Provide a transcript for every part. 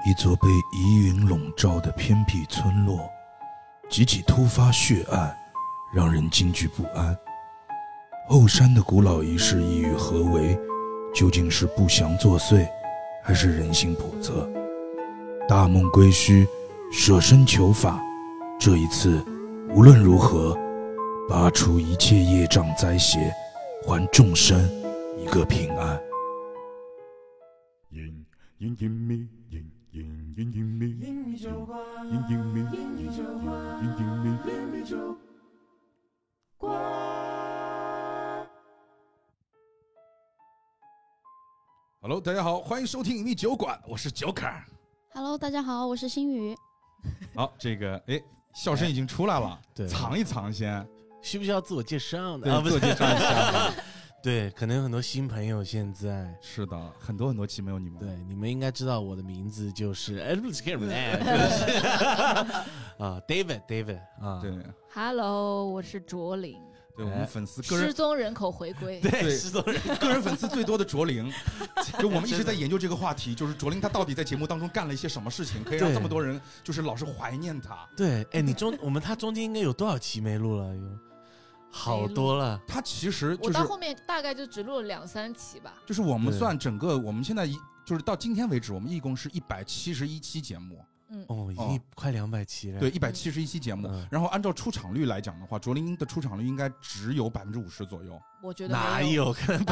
一座被疑云笼罩的偏僻村落，几起突发血案让人惊惧不安。后山的古老仪式意欲何为？究竟是不祥作祟，还是人心叵测？大梦归墟，舍身求法，这一次无论如何拔除一切业障灾邪，还众生一个平安。 英语酒馆，英语酒馆。 Hello， 大家好，欢迎收听隐秘酒馆，我是九凯。 Hello， 大家好，我是星宇。 好，这个笑声已经出来了， 对， 藏一藏先。 需不需要自我介绍呢？ 对，自我介绍一下。 对，可能有很多新朋友现在。 是的，很多期没有你们。 对，你们应该知道我的名字就是David 啊。 对 ，Hello， 我是卓林。 对，我们粉丝个人失踪人口回归。 对，失踪人个人粉丝最多的卓林，就我们一直在研究这个话题，就是卓林他到底在节目当中干了一些什么事情，可以让这么多人就是老是怀念他。 对，他中间应该有多少期没录了？有好多了。 他其实就是我到后面大概就只录了2-3期吧。 就是我们算整个，我们现在就是到今天为止，我们一共是171期节目。 已经快200期了。 对，171期节目。然后按照出场率来讲的话，卓林的出场率应该只有50%左右。 我觉得哪有？可能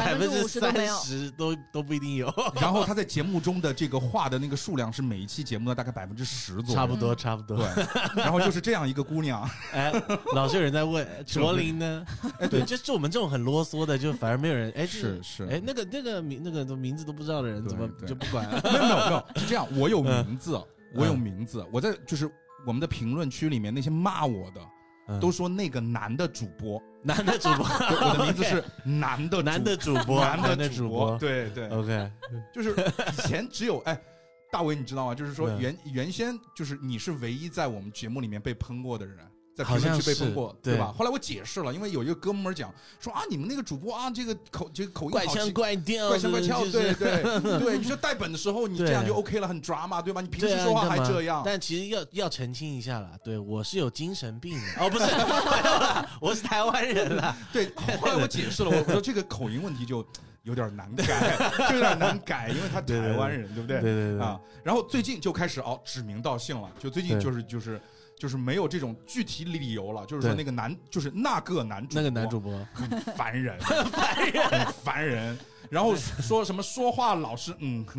50% 都不一定有。 然后他在节目中的这个话的那个数量是每一期节目的大概10%左右。 差不多。 对。然后就是这样一个姑娘。 老是有人在问卓林呢。对，就是我们这种很啰嗦的，就反而没有人。 是。 那个名字都不知道的人，怎么就不管了？ 没有，是这样。我有名字。我在就是我们的评论区里面那些骂我的，都说那个男的主播，我的名字是男的主播，对。 OK， 就是以前只有大伟你知道吗？就是说原先就是你是唯一在我们节目里面被喷过的人。在评论区被喷过，对吧？后来我解释了，因为有一个哥们儿讲说你们那个主播这个口音怪腔怪调， 对，你说带本的时候你这样就 OK 了，很抓嘛，对吧？你平时说话还这样， 但其实要澄清一下啦，对我是有精神病的，不是，我是台湾人啦。 对，后来我解释了，我说这个口音问题就有点难改，因为他台湾人，对不对？ 对啊。然后最近就开始指名道姓了，就最近就是没有这种具体理由了，就是说那个那个男主播很烦人，很烦人。然后说什么说话老是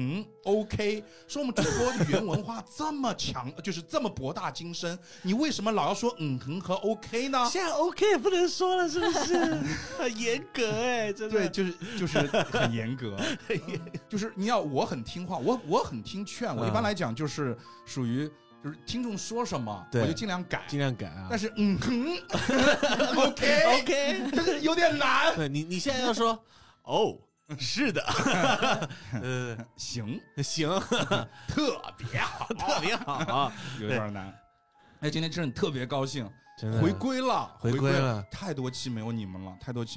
OK， 说我们中国语言文化这么强，就是这么博大精深，你为什么老要说和 OK 呢？ 现在 OK 也不能说了，是不是？很严格真的。 对，就是很严格，就是我很听话，我很听劝，我一般来讲就是属于。就是听众说什么，我就尽量改啊。但是OK， 就是有点难。 对你现在要说是的， 行， 特别好， 有点难。今天真的特别高兴。回归了，太多期没有你们了。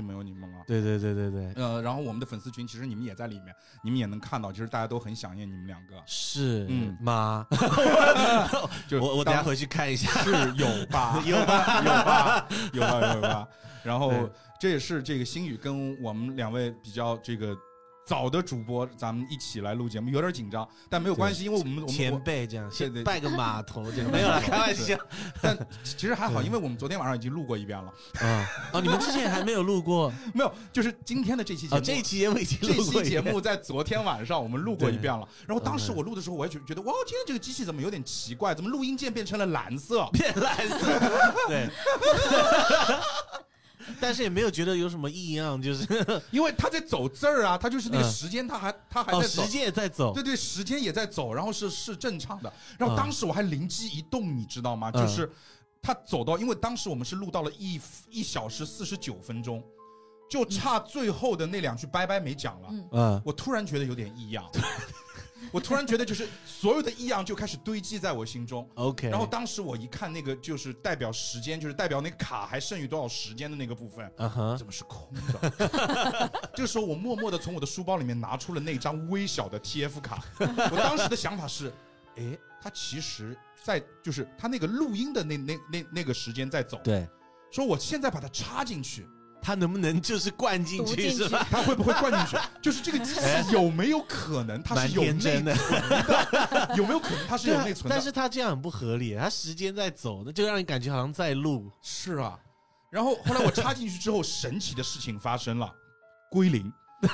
对。 然后我们的粉丝群其实你们也在里面，你们也能看到，其实大家都很想念你们两个。 是吗？我等下回去看一下。 是有吧？然后这也是这个星宇跟我们2位比较这个早的主播，咱们一起来录节目，有点紧张，但没有关系，因为我们前辈这样，先拜个码头这样，没有啦，开玩笑。 但其实还好，因为我们昨天晚上已经录过一遍了。 你们之前还没有录过？ 没有，就是今天的这期节目。 这期节目已经录过。 这期节目在昨天晚上我们录过一遍了。然后当时我录的时候，我也觉得哇，今天这个机器怎么有点奇怪？怎么录音键变成了蓝色？ 对。但是也没有觉得有什么异样，就是因为他在走字儿啊，他就是那个时间，他还在走， 时间也在走， 对，时间也在走，然后是正常的。然后当时我还灵机一动，你知道吗？就是他走到，因为当时我们是录到了1小时49分钟，就差最后的那2句拜拜没讲了。我突然觉得有点异样。我突然觉得就是所有的异样就开始堆积在我心中。 OK， 然后当时我一看那个就是代表时间，就是代表那个卡还剩余多少时间的那个部分，怎么是空的？这个时候我默默的从我的书包里面拿出了那张微小的 TF 卡。我当时的想法是， 哎，他其实在就是他那个录音的那个时间在走， 对， 说我现在把它插进去， 他能不能就是灌进读进去去是吧？ 他会不会灌进去？就是这个机器有没有可能它是有内存的？有没有可能它是有内存的？ 但是他这样很不合理，他时间在走，那就让你感觉好像在录。 是啊，然后后来我插进去之后，神奇的事情发生了，归零。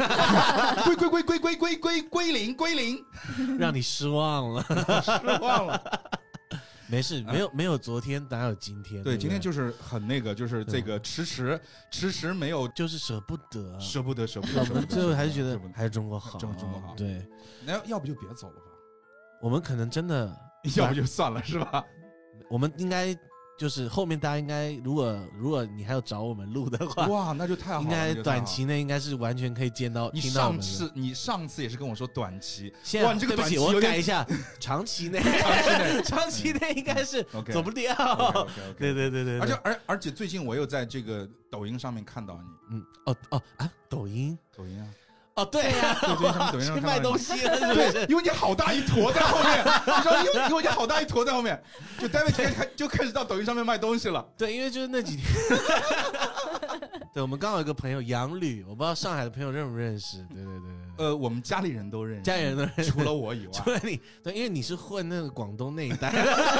归零， 让你失望了， 失望了。 没事，没有昨天，哪有今天？ 对，今天就是很那个，就是这个迟迟没有， 就是舍不得。 我们最后还是觉得还是中国好， 中国好。 对， 那要不就别走了吧？ 我们可能真的， 要不就算了，是吧？ 我们应该。就是后面大家应该，如果你还要找我们录的话， 哇，那就太好了。 应该短期内应该是完全可以见到。 你上次也是跟我说短期，哇，你这个短期我改一下，长期内应该是走不掉。对。 而且最近我又在这个抖音上面看到你， 抖音啊。 哦，对呀， 抖音上卖东西了，是不是？ 对，因为你好大一坨在后面，你知道，因为你好大一坨在后面，就单位就开始到抖音上面卖东西了。 对，因为就是那几天，对，我们刚好有一个朋友杨吕，我不知道上海的朋友认不认识？对， 我们家里人都认识，除了我以外， 除了你，对，因为你是混那个广东那一带，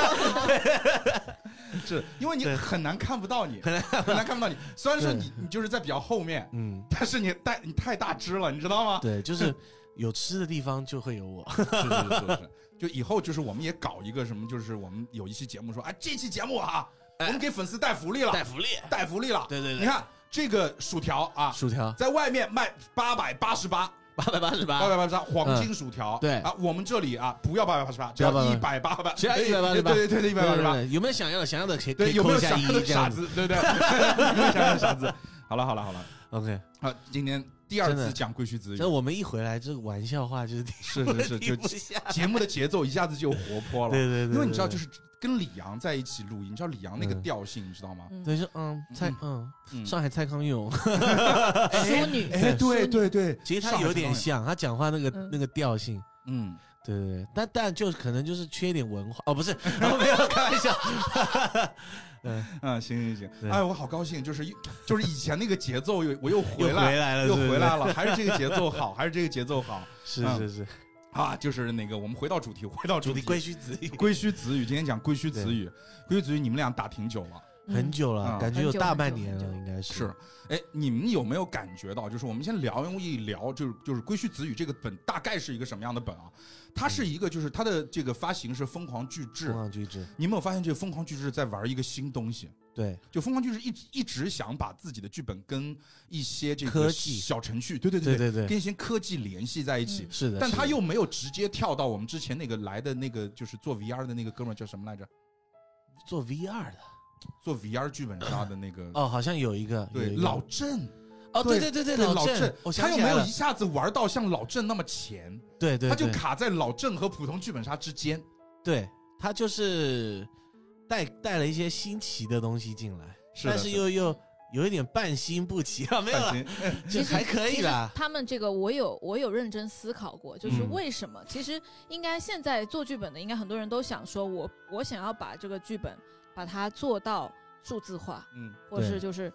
是因为你很难看不到你，很难看不到你。虽然说你就是在比较后面，但是你太大只了，你知道吗？ 对，就是有吃的地方就会有我。 是。就以后就是我们也搞一个什么，就是我们有一期节目说，这期节目啊，我们给粉丝带福利了，带福利了。 对， 你看这个薯条啊，在外面卖888。黄金薯条， 对啊，我们这里啊不要888，只要188， 只要188， 对188。 有没有想要的可以对，有没有想要的傻子，对不对？有没有想要的傻子？好了 ，OK， 好，今天第2次讲归墟子语， 那我们一回来，这个玩笑话就是就节目的节奏一下子就活泼了， 对， 因为你知道，就是跟李阳在一起录音，你知道李阳那个调性，你知道吗？ 对，就上海蔡康永， 淑女， 对， 其实他有点像，他讲话那个调性，对，但就可能就是缺一点文化，不是，没有开玩笑。 行，哎，我好高兴，就是以前那个节奏我又回来了，还是这个节奏好，是啊，就是那个我们回到主题， 归墟子语，今天讲归墟子语，你们俩打挺久了。 很久了，感觉有大半年了，应该是。 哎，你们有没有感觉到？就是我们先聊一聊，就是《归墟子语》这个本大概是一个什么样的本啊？它是一个，就是它的这个发行是疯狂巨制。你有没有发现这个疯狂巨制在玩一个新东西？ 对， 就疯狂巨制一直想把自己的剧本跟一些这个科技小程序，对，跟一些科技联系在一起。 是的， 但他又没有直接跳到我们之前那个来的那个，就是做 VR 的那个哥们儿叫什么来着？ 做 VR 的。 做 VR 剧本杀的那个好像有一个对老郑对老郑，他又没有一下子玩到像老郑那么前， 对， 他就卡在老郑和普通剧本杀之间， 对，他就是带了一些新奇的东西进来，但是又有一点半新不奇啊，没有了，就还可以啦。 他们这个我有认真思考过，就是为什么？其实应该现在做剧本的，应该很多人都想说，我想要把这个剧本把它做到数字化，或是就是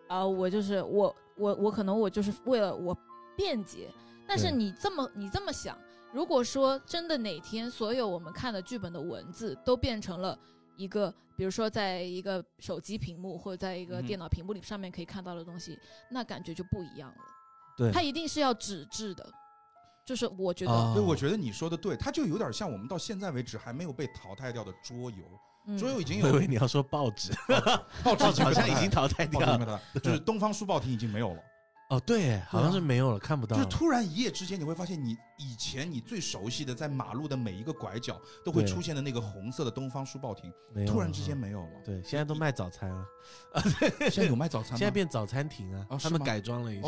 我可能我就是为了我便捷，但是你这么想，如果说真的哪天所有我们看的剧本的文字都变成了一个，比如说在一个手机屏幕或者在一个电脑屏幕里上面可以看到的东西，那感觉就不一样了。 对， 它一定是要纸质的，就是我觉得， 对，我觉得你说的对，它就有点像我们到现在为止还没有被淘汰掉的桌游。桌游已经有， 我以为你要说报纸，报纸好像已经淘汰掉了， 就是东方书报亭已经没有了。 哦，对，好像是没有了，看不到了。 就是突然一夜之间，你会发现，你以前你最熟悉的，在马路的每一个拐角都会出现的那个红色的东方书报亭，突然之间没有了。 对，现在都卖早餐了。 现在有卖早餐吗？ 现在变早餐亭啊，他们改装了一下。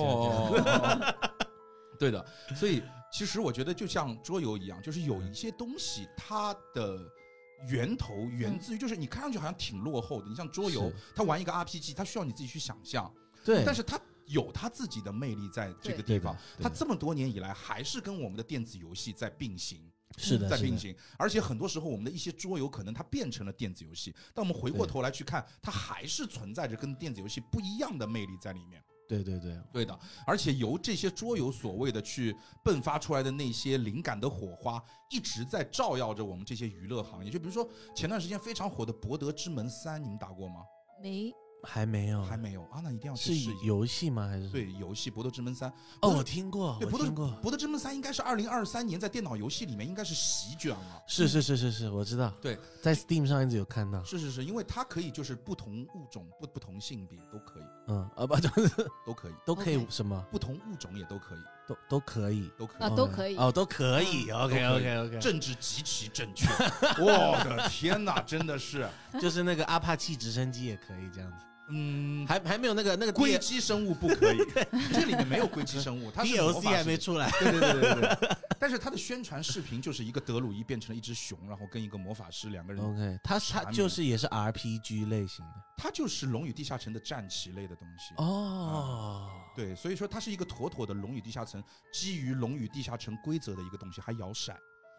对的，所以其实我觉得就像桌游一样，就是有一些东西它的源头源自于，就是你看上去好像挺落后的。你像桌游，它玩一个 RPG， 它需要你自己去想象， 对， 但是它有它自己的魅力在这个地方。它这么多年以来还是跟我们的电子游戏在并行。 是的在并行，而且很多时候我们的一些桌游可能它变成了电子游戏，但我们回过头来去看，它还是存在着跟电子游戏不一样的魅力在里面。对的，而且由这些桌游所谓的去迸发出来的那些灵感的火花，一直在照耀着我们这些娱乐行业。就比如说前段时间非常火的《博德之门3》，你们打过吗？ 还没有啊，那一定要去试一下。 是游戏吗？还是对游戏《博德之门3》？ 哦，我听过。 对，博德之门3应该是2023年在电脑游戏里面应该是席卷了。 是，我知道。对，在 Steam 上一直有看到。 是，因为它可以就是不同物种、不同性别都可以。 不就是都可以什么？ 不同物种也都可以。 都可以啊，都可以哦，都可以。OK， 政治极其正确。我的天哪，真的是， 就是那个阿帕奇直升机也可以这样子。还没有那个硅基生物不可以，这里面没有硅基生物，它 DLC 还没出来。 对。但是它的宣传视频就是一个德鲁伊变成了一只熊，然后跟一个魔法师两个人。 OK， 它就是也是 RPG 类型的， 它就是《龙与地下城》的战棋类的东西。对，所以说它是一个妥妥的《龙与地下城》基于《龙与地下城》规则的一个东西，还摇骰。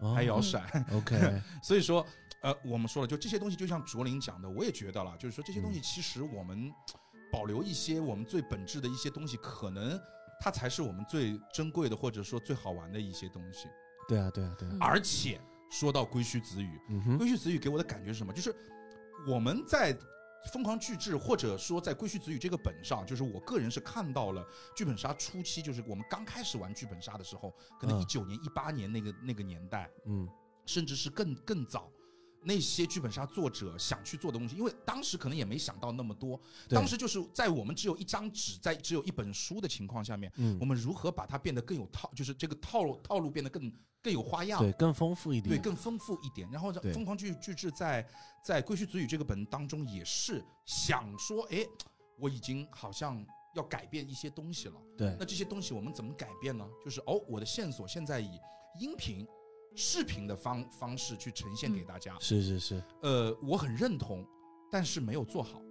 OK， 所以说，我们说了，就这些东西，就像卓林讲的，我也觉得了，就是说这些东西，其实我们保留一些我们最本质的一些东西，可能它才是我们最珍贵的，或者说最好玩的一些东西。 对啊。 而且说到归墟子语，归墟子语给我的感觉是什么？就是我们在疯狂巨制，或者说在归墟子语这个本上，就是我个人是看到了剧本杀初期，就是我们刚开始玩剧本杀的时候，可能19年、18年那个年代，甚至是更早，那些剧本杀作者想去做的东西，因为当时可能也没想到那么多，当时就是在我们只有一张纸，在只有一本书的情况下面，我们如何把它变得更有就是这个套路变得更有花样， 对，更丰富一点， 对，更丰富一点。然后疯狂巨制在归墟子语这个本当中也是想说，我已经好像要改变一些东西了。 对， 那这些东西我们怎么改变呢？就是我的线索现在以音频、视频的方式去呈现给大家。 是。 我很认同，但是没有做好。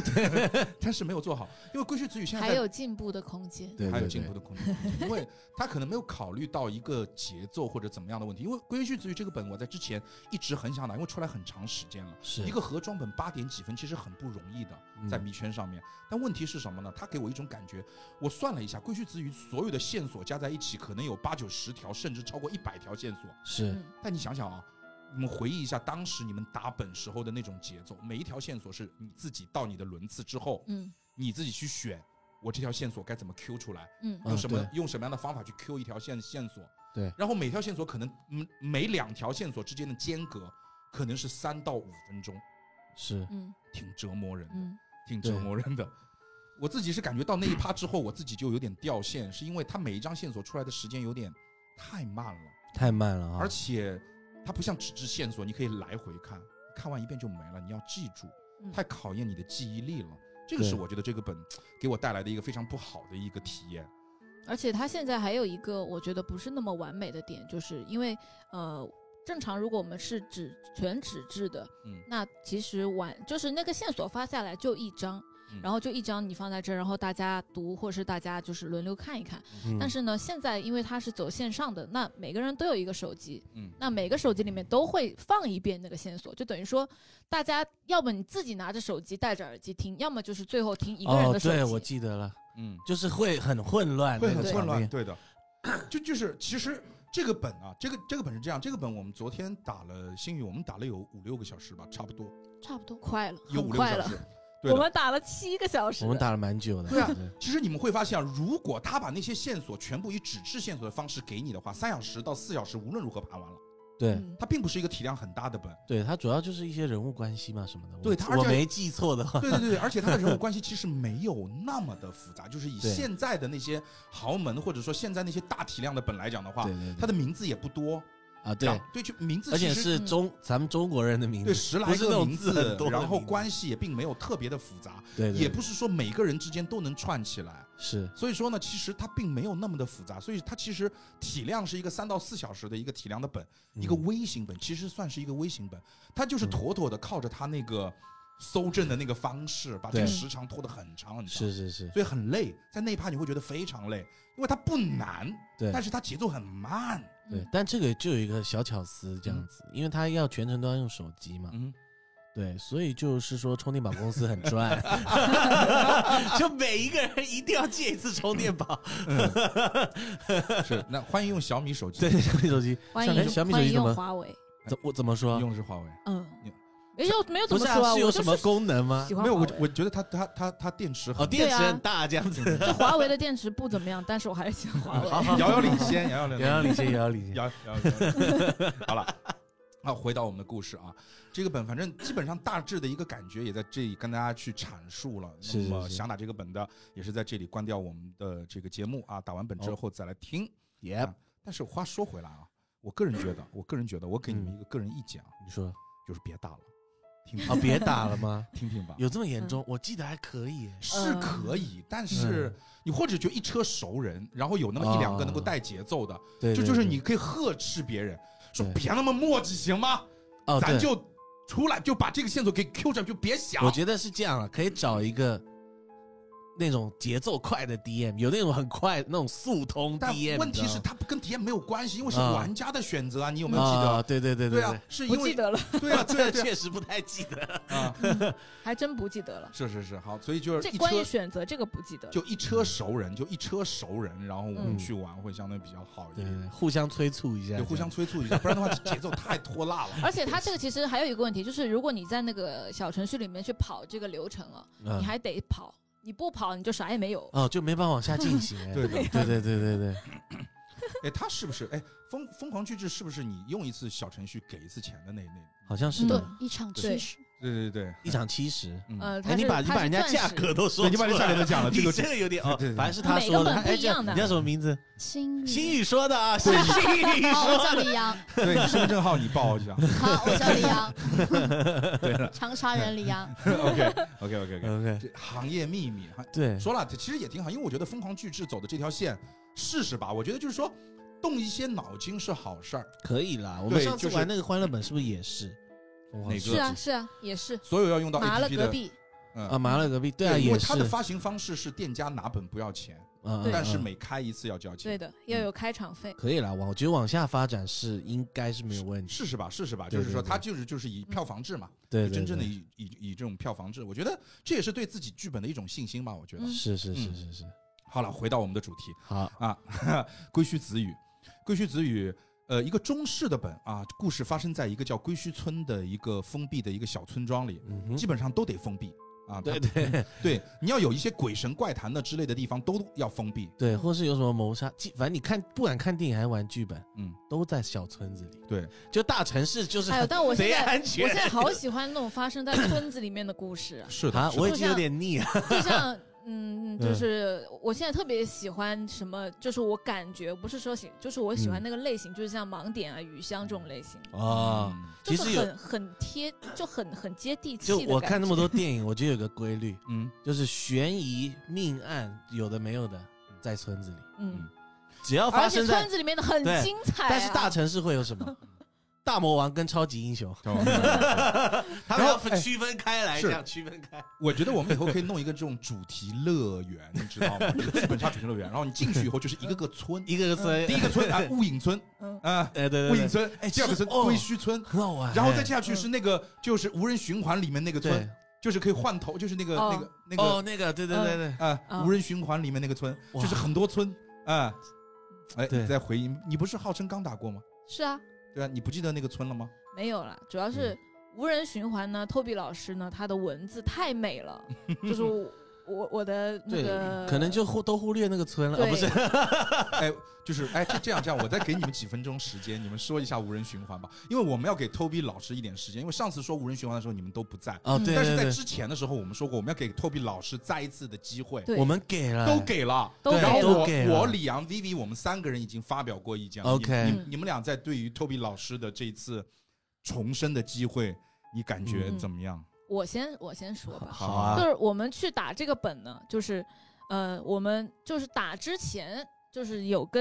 因为归墟子语现在还有进步的空间， 还有进步的空间，因为他可能没有考虑到一个节奏或者怎么样的问题。因为归墟子语这个本我在之前一直很想打，因为出来很长时间了， 是一个盒装本8点几分，其实很不容易的，在迷圈上面。但问题是什么呢？他给我一种感觉，我算了一下，归墟子语所有的线索加在一起，可能有8、9、10条，甚至超过100条线索。 是， 但你想想啊。你们回忆一下当时你们打本时候的那种节奏，每一条线索是你自己到你的轮次之后，你自己去选我这条线索该怎么 Q 出来，用什么样的方法去 Q 一条线索， 对， 然后每条线索可能每2条线索之间的间隔可能是3到5分钟， 是， 挺折磨人的，我自己是感觉到那一趴之后，我自己就有点掉线，是因为它每一张线索出来的时间有点太慢了啊，而且。它不像纸质线索，你可以来回看完一遍就没了，你要记住，太考验你的记忆力了。这个是我觉得这个本给我带来的一个非常不好的一个体验。 而且它现在还有一个我觉得不是那么完美的点，就是因为正常如果我们是全纸质的，那其实就是那个线索发下来就一张。然后就一张你放在这儿，然后大家读，或是大家就是轮流看一看。但是呢，现在因为它是走线上的，那每个人都有一个手机，那每个手机里面都会放一遍那个线索，就等于说大家要么你自己拿着手机戴着耳机听，要么就是最后听一个人的手机。 对，我记得了，就是会很混乱， 对的。就是其实这个本啊，这个本是这样，这个本我们昨天打了星宇，我们打了有5、6个小时吧，差不多快了， 有5、6个小时。 我们打了7个小时， 我们打了蛮久的。 对啊，其实你们会发现，如果他把那些线索全部以纸质线索的方式给你的话，3小时到4小时无论如何盘完了。 对， 它并不是一个体量很大的本。 对，它主要就是一些人物关系嘛什么的。 对， 我没记错的话。 对，而且它的人物关系其实没有那么的复杂，就是以现在的那些豪门或者说现在那些大体量的本来讲的话，它的名字也不多。 对， 就名字， 而且是咱们中国人的名字， 对，10来个名字，然后关系也并没有特别的复杂， 对， 也不是说每个人之间都能串起来， 是， 所以说呢，其实它并没有那么的复杂，所以它其实体量是一个3到4小时的一个体量的本，一个微型本，其实算是一个微型本，它就是妥妥的靠着它那个搜证的那个方式，把这个时长拖得很长很长， 是， 所以很累。在那一趴你会觉得非常累，因为它不难， 对， 但是它节奏很慢， 对。但这个就有一个小巧思这样子，因为他要全程都要用手机嘛，对，所以就是说充电宝公司很赚，就每一个人一定要借一次充电宝。 是，那欢迎用小米手机， 对，小米手机， 欢迎小米手机用华为， 我怎么说？ 用的是华为， 没有怎么说啊？ 是有什么功能吗？ 没有，我觉得它电池很电池很大这样子。 就华为的电池不怎么样，但是我还是喜欢华为。 遥遥领先， 遥遥领先。 好了。回到我们的故事啊，这个本反正基本上大致的一个感觉也在这里跟大家去阐述了。那么想打这个本的也是在这里关掉我们的这个节目啊，打完本之后再来听。但是话说回来啊，我个人觉得，我给你们一个个人意见啊， 你说就是别打了，听别打了吗？ 听听吧。 有这么严重？我记得还可以， 是可以，但是你或者就一车熟人，然后有那么一两个能够带节奏的，就是你可以呵斥别人。说别那么磨叽行吗？咱就出来就把这个线索给 Q 上，就别想。 我觉得是这样了，可以找一个那种节奏快的 DM， 有那种很快那种速通 DM。 但问题是它跟 DM 没有关系，因为是玩家的选择啊，你有没有记得？ 对啊，是因为不记得了。 对啊， 确实不太记得啊， 还真不记得了。 是好，所以就是这关于选择这个不记得， 就一车熟人，然后我们去玩会相对比较好一点， 互相催促一下， 对，互相催促一下，不然的话节奏太拖拉了。 而且它这个其实还有一个问题，就是如果你在那个小程序里面去跑这个流程了，你还得跑。你不跑你就啥也没有就没办法往下进行。对。 他是不是疯狂巨制是不是你用一次小程序给一次钱的那好像是的， 一场70。 对， 一场70。 你把人家价格都说， 你把人价格都讲了，这个有点反正是他说的。 不一样的。 你叫什么名字？ 心宇说的啊，心宇说。 我叫李阳。 对，你身份证号你报一下。 好，我叫李阳。 对了， 长沙人李阳。 OK。这行业秘密， 对， 说了，其实也挺好，因为我觉得疯狂巨制走的这条线，试试吧。我觉得就是说，动一些脑筋是好事儿， 可以啦。我们上次玩那个欢乐本是不是也是？ 哪个？ 是啊，也是。 所有要用到 APP 的。 麻了隔壁。 麻了隔壁，对啊， 因为它的发行方式是店家拿本不要钱，但是每开一次要交钱。 对的，要有开场费。 可以啦，我觉得往下发展应该是没有问题。 试试吧，就是说它就是以票房制嘛， 对， 真正的以这种票房制，我觉得这也是对自己剧本的一种信心吧，我觉得。 是。 好了，回到我们的主题。 好啊，归墟子语。一个中式的本啊，故事发生在一个叫归墟村的一个封闭的一个小村庄里，基本上都得封闭啊。对，你要有一些鬼神怪谈的之类的地方都要封闭。 对，或是有什么谋杀，反正你不管看电影还是玩剧本，都在小村子里。 对， 就大城市就是但我贼安全。 我现在好喜欢那种发生在村子里面的故事。 是的， 我已经有点腻了。 就像。就是我现在特别喜欢什么，就是我感觉不是说就是我喜欢那个类型，就是像盲点啊、雨香这种类型其实很贴，就很接地气的。 就我看那么多电影，我觉得有个规律，就是悬疑命案有的没有的在村子里，只要发生在村子里面的很精彩。 但是大城市会有什么？大魔王跟超级英雄，他们要区分开来，这样区分开。 我觉得我们以后可以弄一个这种主题乐园，你知道吗？剧本杀主题乐园，然后你进去以后就是一个个村， 一个个村， 第一个村雾隐村， 对， 雾隐村，第二个村归墟村， 很好玩。 然后再下去是那个就是无人循环里面那个村，就是可以换头，就是那个，对，无人循环里面那个村，就是很多村啊。你再回忆，你不是号称刚打过吗？ 是啊。 对啊，你不记得那个村了吗？ 没有了，主要是无人循环呢。Toby 老师呢，他的文字太美了，就是我的那个， 可能就都忽略那个村了，不是？ 这样，我再给你们几分钟时间，你们说一下无人循环吧，因为我们要给 Toby 老师一点时间，因为上次说无人循环的时候你们都不在对， 但是在之前的时候我们说过，我们要给 Toby 老师再一次的机会， 我们给了， 都给了，然后我李阳 Vivi 我们3个人已经发表过意见了。 OK， 你们俩在对于 Toby 老师的这一次重生的机会，你感觉怎么样？ 我先说吧。 好啊， 就是我们去打这个本呢，就是我们就是打之前就是有跟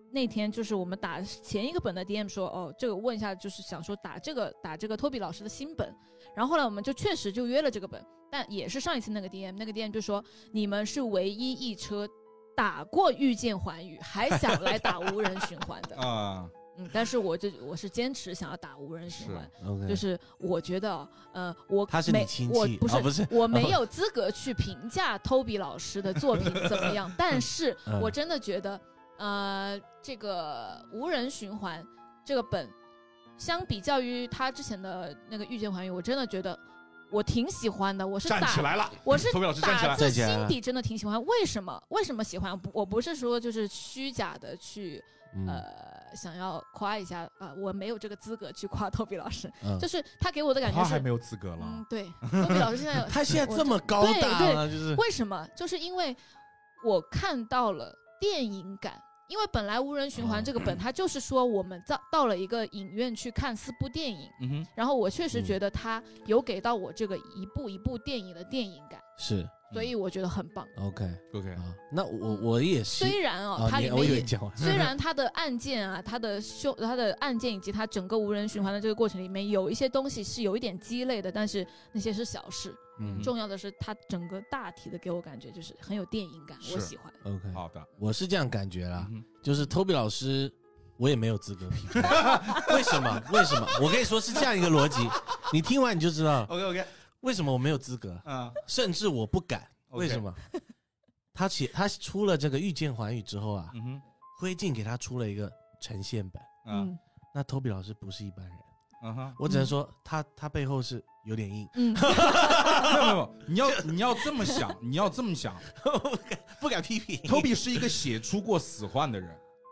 那天就是我们打前一个本的 DM 说，哦，这个问一下，就是想说打这个托比老师的新本，然后后来我们就确实就约了这个本，但也是上一次那个 DM 就说你们是唯一一车打过御剑环宇还想来打无人循环的啊。 但是我是坚持想要打无人循环， 是就是我觉得他是你亲戚， 我不是我没有资格去评价 Toby 老师的作品怎么样，但是我真的觉得这个无人循环这个本相比较于他之前的那个御剑环宇，我真的觉得我挺喜欢的，我是站起来了， 我是打自心站底真的挺喜欢。为什么喜欢？我不是说就是虚假的去想要夸一下我没有这个资格去夸托比老师，就是他给我的感觉是还没有资格了。 对，托比老师现在他现在这么高大了，就是为什么？就是因为我看到了电影感。因为本来无人循环这个本，它就是说我们到了一个影院去看4部电影，然后我确实觉得它有给到我这个一部一部电影的电影感， 是， 所以我觉得很棒。 OK 啊， 那我也是， 虽然它里面虽然它的案件啊，它的案件以及它整个无人循环的这个过程里面有一些东西是有一点鸡肋的，但是那些是小事。重要的是它整个大体的给我感觉就是很有电影感，我喜欢。 OK， 好的， 我是这样感觉啦，就是 Toby 老师，我也没有资格批评。为什么？我跟你说是这样一个逻辑，你听完你就知道。 OK， 为什么我没有资格？甚至我不敢。为什么？他出了这个御剑环宇之后啊，灰烬给他出了一个呈现本。那 Toby 老师不是一般人。我只能说他背后是有点硬。 没有，你要这么想， 不敢批评。 Toby 是一个写出过死幻的人。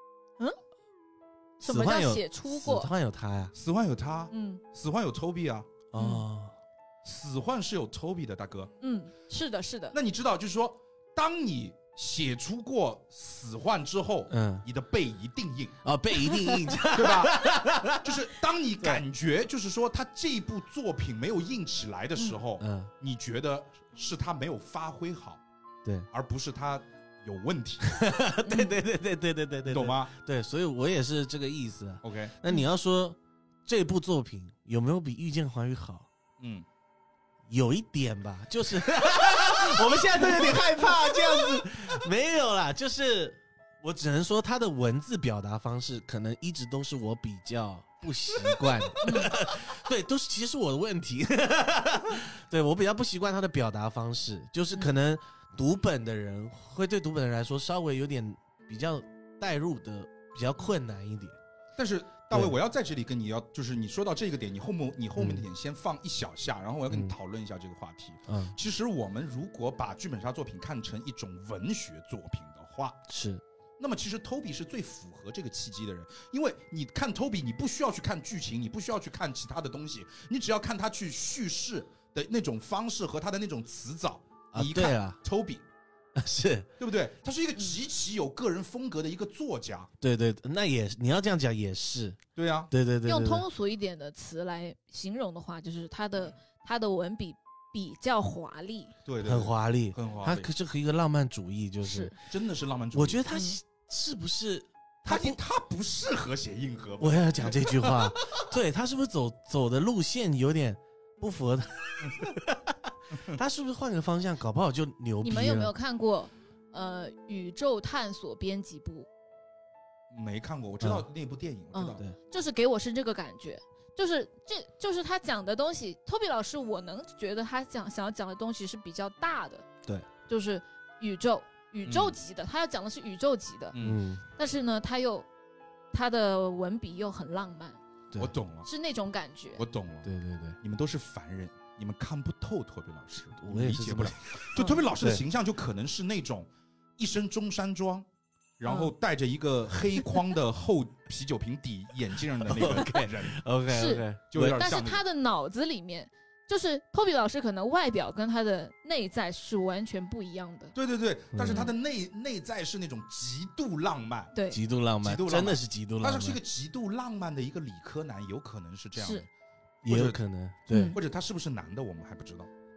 什么叫写出过？ 死幻有他呀， 死幻有他，死幻有 Toby 啊。死幻是有 Toby 的，大哥。 是的。 那你知道，就是说，当你写出过死幻之后，你的背一定硬背一定硬， 对吧？就是当你感觉就是说他这部作品没有硬起来的时候，你觉得是他没有发挥好， 对， 而不是他有问题。 对， 懂吗？ 对，所以我也是这个意思。 OK， 那你要说这部作品有没有比《御剑环宇》好？有一点吧，就是我们现在都有点害怕这样子。没有啦，就是我只能说他的文字表达方式可能一直都是我比较不习惯的。对，都是其实我的问题。对，我比较不习惯他的表达方式，就是可能读本的人会对读本的人来说稍微有点比较带入的比较困难一点。 但是大卫，我要在这里跟你就是你说到这个点，你后面的点先放一小下，然后我要跟你讨论一下这个话题。其实我们如果把剧本杀作品看成一种文学作品的话， 是， 那么其实 Toby 是最符合这个契机的人，因为你看 Toby， 你不需要去看剧情，你不需要去看其他的东西，你只要看他去叙事的那种方式和他的那种词藻，你一看 Toby。 是对不对？他是一个极其有个人风格的一个作家。 对，那也你要这样讲也是。 对啊， 对。 用通俗一点的词来形容的话，就是他的文笔比较华丽， 对， 很华丽，他可是一个浪漫主义，就是真的是浪漫主义。 我觉得他是不是他不适合写硬核？ 我要讲这句话，对，他是不是走的路线有点不符合他？他是不是换个方向，搞不好就牛逼了？ 你们有没有看过宇宙探索编辑部？ 没看过，我知道那部电影，我知道， 对， 就是给我是这个感觉，就是他讲的东西，Toby 老师我能觉得他想要讲的东西是比较大的， 对， 就是宇宙级的，他要讲的是宇宙级的，但是呢，他的文笔又很浪漫， 我懂了， 是那种感觉， 我懂了， 对， 你们都是凡人。你们看不透托比老师， 我也理解不了。就托比老师的形象，就可能是那种一身中山装，然后戴着一个黑框的厚啤酒瓶底眼镜的那个人。 OK， 是， 就有点像。 但是他的脑子里面，就是托比老师可能外表跟他的内在是完全不一样的。 对，但是他的内在是那种极度浪漫， 对， 极度浪漫，真的是极度浪漫。 他是一个极度浪漫的一个理科男，有可能是这样的。 是。 也有可能，对， 或者他是不是男的，我们还不知道。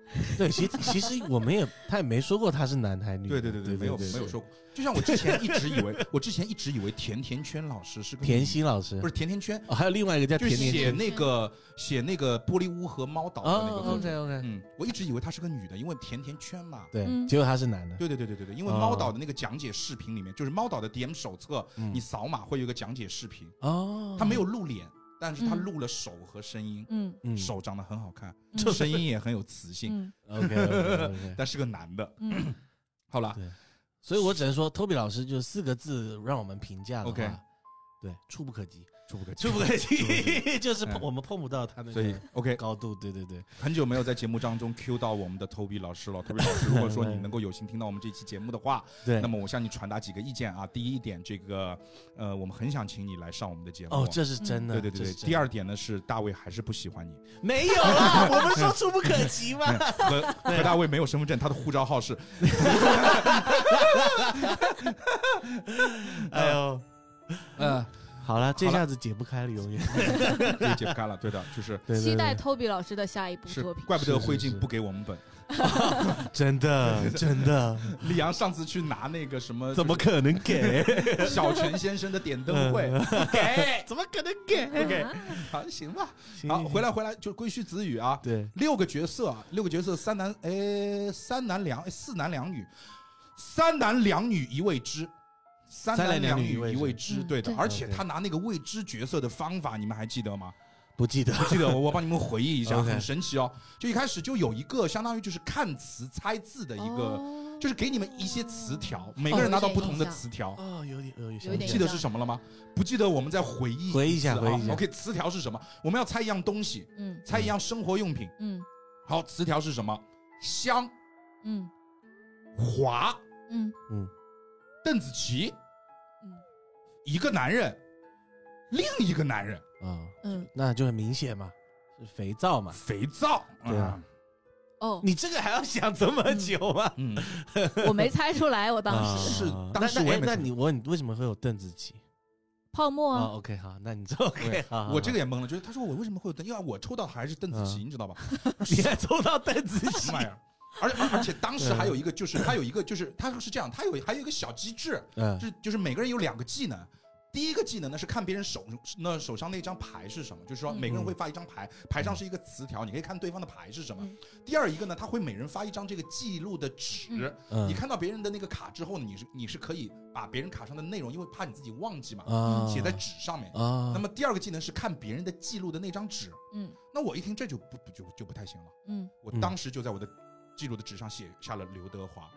对，其实他也没说过他是男还是女。 对，没有说过。就像我之前一直以为甜甜圈老师是个甜心老师， 不是甜甜圈， 还有另外一个叫就是甜甜圈， 写那个玻璃屋和猫岛的那个作者。 OK， 我一直以为她是个女的，因为甜甜圈嘛。 对，结果她是男的。 对，因为猫岛的那个讲解视频里面，就是猫岛的 DM 手册，你扫码会有一个讲解视频。哦，他没有露脸。但是他录了手和声音，手长得很好看，声音也很有磁性。 OK， 但是个男的。好了， 所以我只能说，Toby 老师就4个字让我们评价的话， OK， 对，触不可及，就是我们碰不到他的， 所以 OK 高度，对， 很久没有在节目当中 Q 到我们的 Toby 老师了。Toby 老师，如果说你能够有幸听到我们这期节目的话，对，那么我向你传达几个意见啊。第一点，这个我们很想请你来上我们的节目。 哦，这是真的。 对。第二点呢是大卫还是不喜欢你？ 没有啦，我们说触不可及嘛。 何大卫没有身份证，他的护照号是。 哎呦，好了，这下子解不开了，永远解不开了。对的，就是期待 Toby 老师的下一部作品。 怪不得慧静不给我们本， 真的。 李阳上次去拿那个什么， 怎么可能给小泉先生的点灯会？给， 怎么可能给？ 不给？好，行吧。好，回来就归须子语啊。对，6个角色，4男2女1未知。3男2女1未知，对的。而且他拿那个未知角色的方法，你们还记得吗？ 不记得， 我帮你们回忆一下，很神奇哦。就一开始就有一个相当于就是看词猜字的一个，就是给你们一些词条，每个人拿到不同的词条。 有点记得是什么了吗？不记得，我们再回忆一下。 OK， 词条是什么？我们要猜一样东西，猜一样生活用品。好，词条是什么？香，华，邓紫棋，一个男人，另一个男人那就很明显嘛，是肥皂嘛， 肥皂，对啊。 你这个还要想这么久吗？ 我没猜出来，我当时我也没。 那你为什么会有邓紫棋？ 泡沫啊。 OK， 好，那你OK， 好， 我这个也懵了，就是他说我为什么会有邓，因为我抽到还是邓紫棋，你知道吧？ 你还抽到邓紫棋？ 而且当时还有一个，就是他有一个，就是他是这样，还有一个小机制，就是每个人有2个技能。第一个技能呢是看别人手上那张牌是什么，就是说每个人会发一张牌，牌上是一个词条，你可以看对方的牌是什么。第二一个呢，他会每人发一张这个记录的纸，你看到别人的那个卡之后呢，你是可以把别人卡上的内容，因为怕你自己忘记嘛，写在纸上面。那么第二个技能是看别人的记录的那张纸。那我一听这就不太行了。我当时就在我的记录的纸上写下了刘德华。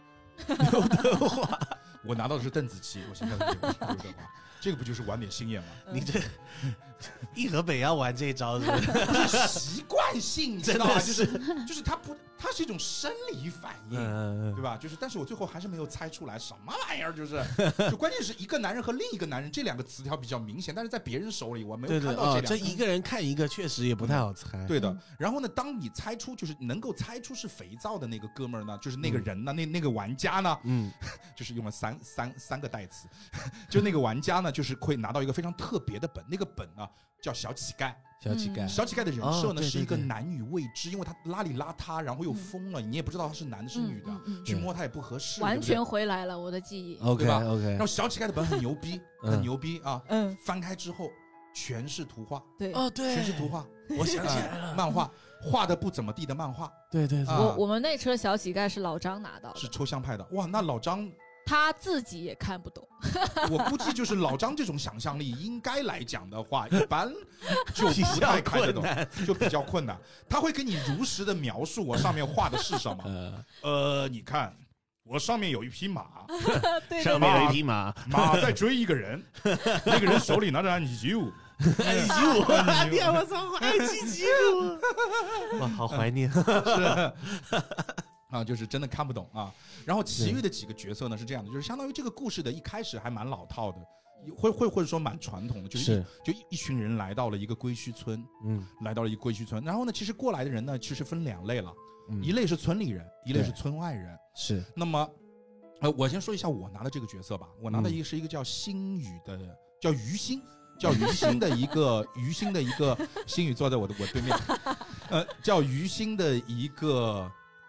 我拿到的是邓紫棋，我现在是刘德华，这个不就是玩点心眼吗？ 你这一河北要玩这一招是习惯性，你知道吗？就是它是一种生理反应，对吧？就是，但是我最后还是没有猜出来什么玩意儿，就关键是一个男人和另一个男人这2个词条比较明显，但是在别人手里我没有看到这2个。 这一个人看一个确实也不太好猜。 对的。然后呢，当你猜出就是能够猜出是肥皂的那个哥们儿呢，就是那个人呢，那个玩家呢，就是用了三个代词，就那个玩家呢，就是会拿到一个非常特别的本，那个本呢叫小乞丐。小乞丐的人设呢是一个男女未知，因为他邋里邋遢，然后又疯了，你也不知道他是男的是女的，去摸他也不合适， 完全回来了我的记忆， 对吧？然后小乞丐的本很牛逼，很牛逼啊！翻开之后全是图画， 对， 全是图画， 我想起来了， 漫画画的不怎么地的漫画， 对， 我们那车小乞丐是老张拿到的， 是抽象派的，哇，那老张。 他自己也看不懂， 我估计就是老张这种想象力，应该来讲的话，一般就不太看得懂，就比较困难。他会给你如实的描述我上面画的是什么。你看，我上面有一匹马， 上面有一匹马在追一个人，那个人手里拿着安吉酒。 我操，安吉酒，哇，好怀念， 是。就是真的看不懂啊。然后其余的几个角色呢是这样的，就是相当于这个故事的一开始还蛮老套的，或者说蛮传统的，就是一群人来到了一个归墟村，来到了一个归墟村。然后呢，其实过来的人呢，其实分2类了，一类是村里人，一类是村外人。是。那么，我先说一下我拿的这个角色吧。我拿的是一个叫星宇的，叫于心。叫于心的一个星宇坐在我对面，叫于心的一个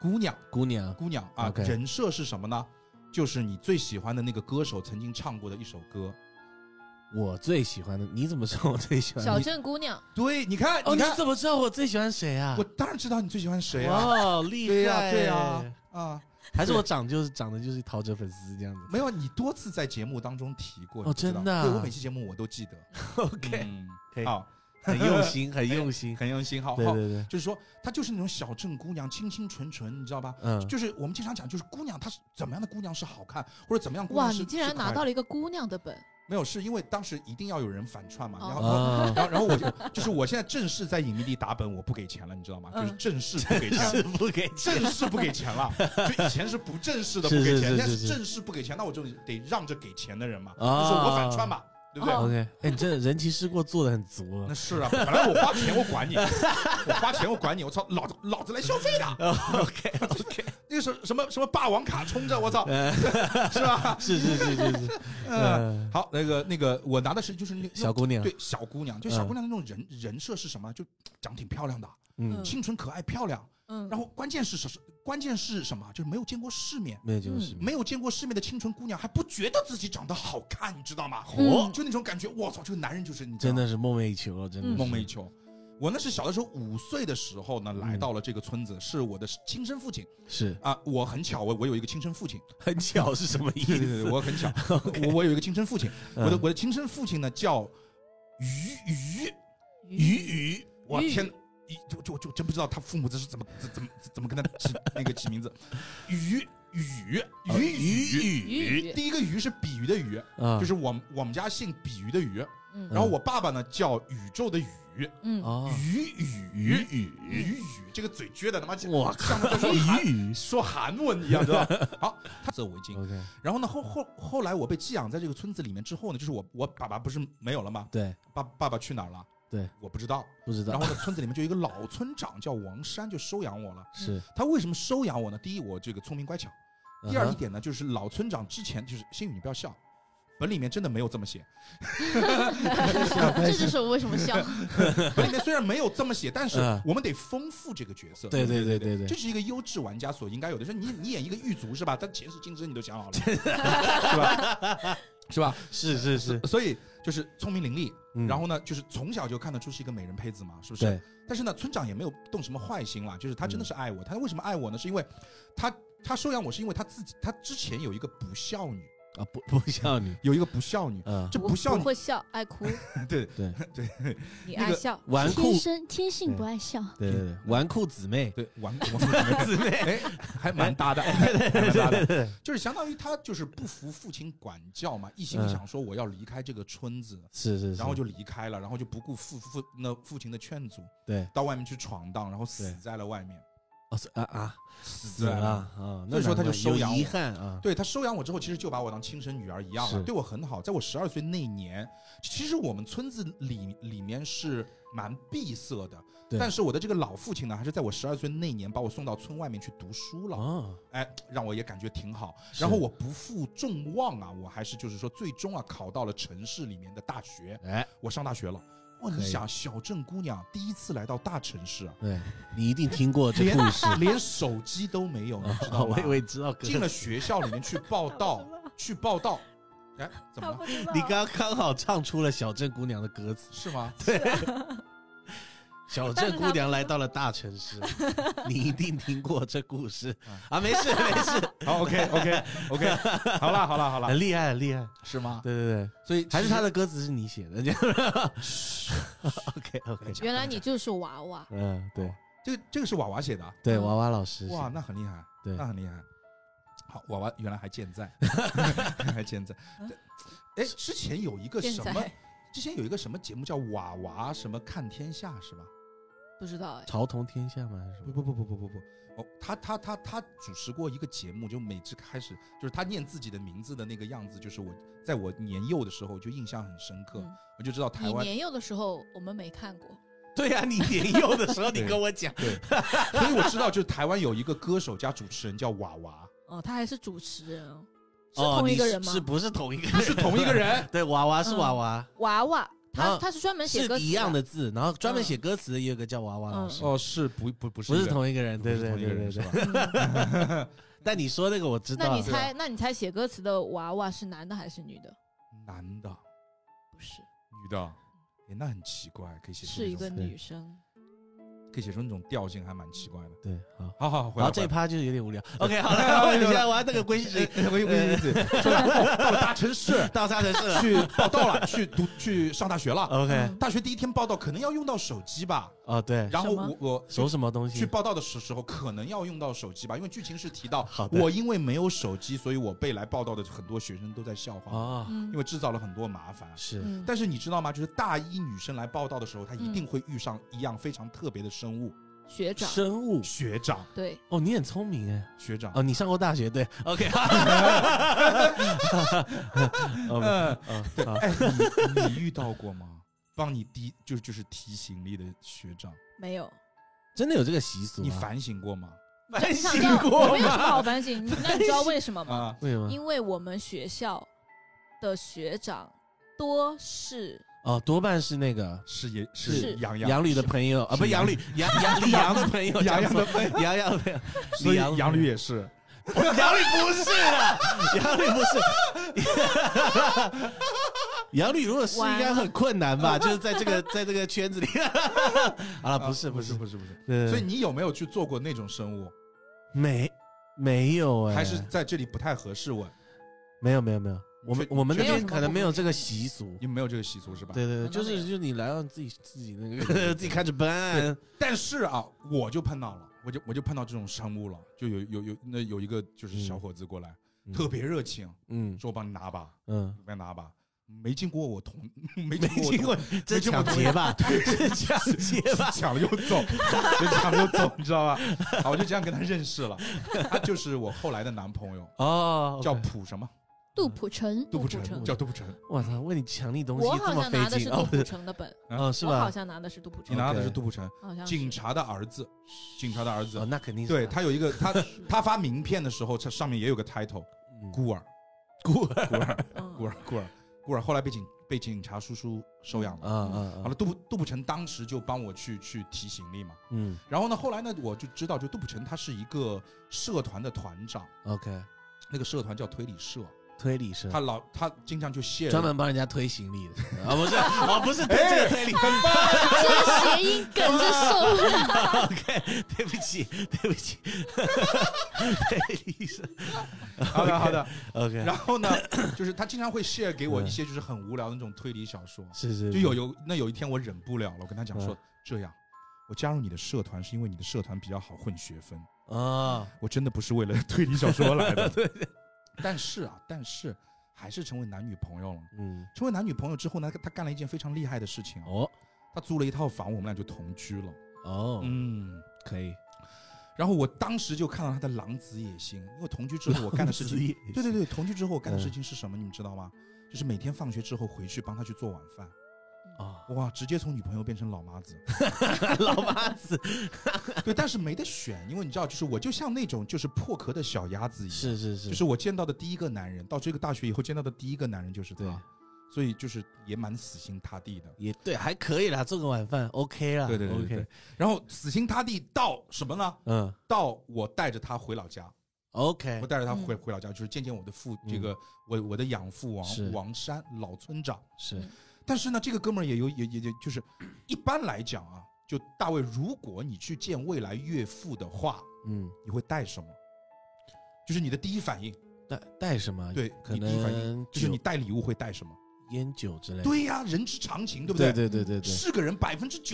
姑娘啊， OK 人设是什么呢？就是你最喜欢的那个歌手曾经唱过的一首歌。 我最喜欢的，你怎么知道我最喜欢的？ 小镇姑娘。 对，你看， 哦， 你看， 你怎么知道我最喜欢谁啊？ 我当然知道你最喜欢谁啊！ 哦，厉害， 对呀，啊， 还是我长得就是陶喆粉丝这样子。 没有，你多次在节目当中提过。 哦，真的啊？ 对，我每期节目我都记得。 OK， 可以，好， 很用心，很用心， 很用心。好， 对对对， 就是说，她就是那种小镇姑娘，清清纯纯，你知道吧？就是我们经常讲，就是姑娘，她是怎么样的姑娘是好看，或者怎么样姑娘是。 哇，你竟然拿到了一个姑娘的本。 没有，是因为当时一定要有人反串嘛，然后我就是我现在正式在影迷里打本，我不给钱了，你知道吗？就是正式不给钱，正式不给钱了。就以前是不正式的不给钱，现在是正式不给钱，那我就得让着给钱的人嘛，就是我反串嘛。对不对 ？OK， 哎，你这人情世故做的很足了。 那是啊，本来我花钱我管你，我花钱我管你，我操，老子来消费的。 OK， 那个什么霸王卡充着，我操，是吧？ 是。 好，那个我拿的是就是那小姑娘， 对，小姑娘，就小姑娘的那种人设是什么？就长挺漂亮的，清纯可爱漂亮。然后关键是什么？就是没有见过世面，没有见过世面的清纯姑娘还不觉得自己长得好看，你知道吗？就那种感觉，我操，这个男人就是你， 真的是梦寐以求，真的梦寐以求。我那是小的时候5岁的时候呢，来到了这个村子，是我的亲生父亲。 是啊，我很巧，我有一个亲生父亲。 很巧是什么意思？ 对，我很巧，我有一个亲生父亲。我的亲生父亲呢叫鱼，我天。就真不知道他父母这是怎么跟他起名字。鱼，第一个鱼是比喻的鱼，就是我们家姓比喻的鱼。然后我爸爸呢叫宇宙的宇。鱼，这个嘴撅的他妈像说韩文一样，知道吧？好，他色为精。然后呢，后来我被寄养在这个村子里面之后呢，就是我爸爸不是没有了吗？ 对， 爸爸去哪儿了？ 对， 我不知道。然后呢，村子里面就有一个老村长叫王山，就收养我了。 是他为什么收养我呢？第一，我这个聪明乖巧；第二一点呢，就是老村长之前就是星宇，你不要笑，本里面真的没有这么写。 这就是我为什么笑。 本里面虽然没有这么写，但是我们得丰富这个角色。 对， 这是一个优质玩家所应该有的。说你演一个狱卒是吧？但前世今生你都想好了，是吧？是吧？ 是， 所以就是聪明伶俐，然后呢，就是从小就看得出是一个美人胚子嘛，是不是？ 对。 但是呢，村长也没有动什么坏心啦，就是他真的是爱我。他为什么爱我呢？是因为他收养我，是因为他之前有一不孝女。 啊，不孝女， 有一个不孝女，这不孝女不会笑，爱哭， 对， 你爱笑， 纨绔天性不爱笑， 对，纨绔姊妹， 对，纨绔姊妹，哎，还蛮搭的，对，就是相当于他就是不服父亲管教嘛，一心想说我要离开这个村子， 是， 然后就离开了，然后就不顾父亲的劝阻， 对， 到外面去闯荡，然后死在了外面。 死了啊！ 所以说他就收养我， 遗憾啊。 对，他收养我之后，其实就把我当亲生女儿一样了，对我很好。在我12岁那年，其实我们村子里面是蛮闭塞的，但是我的这个老父亲呢，还是在我12岁那年把我送到村外面去读书了。哎，让我也感觉挺好。然后我不负众望啊，我还是就是说最终啊考到了城市里面的大学。哎，我上大学了。哇，你想小镇姑娘第一次来到大城市啊？ 对，你一定听过这故事， 连手机都没有，你知道吗？ 我也知道。 进了学校里面去报道，哎，怎么了？ 你刚好唱出了小镇姑娘的歌词， 是吗？ 对。小镇姑娘来到了大城市，你一定听过这故事啊！没事。 好 ，OK， 好了， 很厉害， 是吗？ 对，所以还是他的歌词是你写的，OK， 原来你就是娃娃， 对， 这个是娃娃写的， 对，娃娃老师， 哇，那很厉害， 对， 那很厉害。好，娃娃原来还健在，还健在。哎，之前有一个什么节目叫娃娃什么看天下是吧？ 不知道哎， 朝同天下吗？ 不，哦，他主持过一个节目，就每次开始就是他念自己的名字的那个样子，就是在我年幼的时候就印象很深刻，我就知道台湾。 你年幼的时候我们没看过。 对呀，你年幼的时候你跟我讲， 对，所以我知道就是台湾有一个歌手加主持人叫娃娃。 哦，他还是主持人哦。是同一个人吗？ 是不是同一个人？ 他是同一个人。 对，娃娃是娃娃， 娃娃他是专门写歌词是一样的字，然后专门写歌词也有个叫娃娃老师。 哦，是不不是同一个人，对对同一个人对对是吧？ 但你说那个我知道。 那你猜写歌词的娃娃是男的还是女的？ 男的， 不是女的。哎，那很奇怪，可以写出是一个女生。 可以写出那种调性，还蛮奇怪的。 对， 好， 然后这一趴就是有点无聊。OK， 好了，你现在玩那个归属， 归属说到了大城市， 到大城市了， 去报到了，去上大学了。 OK， 大学第一天报到，可能要用到手机吧？ 哦，对。 然后我手什么东西？ 去报道的时候可能要用到手机吧，因为剧情是提到， 好我因为没有手机，所以我被来报道的很多学生都在笑话哦， 因为制造了很多麻烦。 是， 但是你知道吗？就是大一女生来报道的时候，她一定会遇上一样非常特别的生物。 学长， 生物学长， 对， 哦，你很聪明哎， 学长， 哦，你上过大学，对 ，OK， 你遇到过吗？帮你就是提行李的学长？ 没有， 真的有这个习俗？ 你反省过吗？ 反省过吗？ 没有什么好反省，那你知道为什么吗？ 为什么？ 因为我们学校的学长多半是那个是杨吕的朋友啊，不杨吕杨的朋友， 杨的朋友， 杨的朋友， 所以杨吕也是， 杨吕不是啊，杨吕不是，杨吕如果是应该很困难吧？就是在这个圈子里，好了，不是， 所以你有没有去做过那种生物？ 没有哎， 还是在这里不太合适问？ 没有。我们那边可能没有这个习俗， 你们没有这个习俗是吧？ 对，就是你来让自己那个自己看着办。 但是啊，我就碰到了，我就碰到这种生物了，就有一个就是小伙子过来，特别热情，说我帮你拿吧，帮你拿吧，没经过我同，没经过这抢劫吧，是抢劫吧， 抢了又走，抢了又走，你知道吧？好，我就这样跟他认识了，他就是我后来的男朋友哦，叫普什么？ 杜甫成， 叫杜甫成。 我操，为你抢你东西我这么费劲。 我好像拿的是杜甫成的本， 是吧？ 我好像拿的是杜甫成， 你拿的是杜甫成， 好像警察的儿子， 哦，那肯定是。 对他有一个他发名片的时候，他上面也有个 title， 孤儿，后来被警察叔叔收养了。好了，杜甫成当时就帮我去提行李嘛。然后呢，后来呢，我就知道，就杜甫成他是一个社团的团长。 OK， 那个社团叫推理社。他经常就专门帮人家推行李的啊，不是推这个推理， 这个谐音梗是受不了。 OK， 对不起，推理社。 好的 OK。 然后呢，就是他经常会 share 给我一些就是很无聊的那种推理小说。 是。 就有一天我忍不了了，我跟他讲说这样，我加入你的社团是因为你的社团比较好混学分啊，我真的不是为了推理小说来的。对。但是还是成为男女朋友了。成为男女朋友之后呢，他干了一件非常厉害的事情哦，他租了一套房，我们俩就同居了。哦， 可以。 然后我当时就看到他的狼子野心，因为同居之后我干的事情，对，同居之后我干的事情是什么？你们知道吗？就是每天放学之后回去帮他去做晚饭。哇，直接从女朋友变成老妈子。 老妈子。 对，但是没得选，因为你知道，就是我就像那种就是破壳的小鸭子一样。 是。 就是我见到的第一个男人，到这个大学以后见到的第一个男人就是他。所以就是也蛮死心塌地的。 也对，还可以啦，做个晚饭 OK 啦。 对 OK。然后死心塌地到什么呢？到我带着他回老家。 OK。 我带着他回老家，就是见我的这个我的养父王山老村长。 是。 但是呢，这个哥们儿也就是一般来讲啊，就大卫，如果你去见未来岳父的话，你会带什么？就是你的第一反应。 带什么？ 对， 可能第一反应就是你带礼物会带什么？ 烟酒之类的。 对呀，人之常情，对不对？ 对。 是个人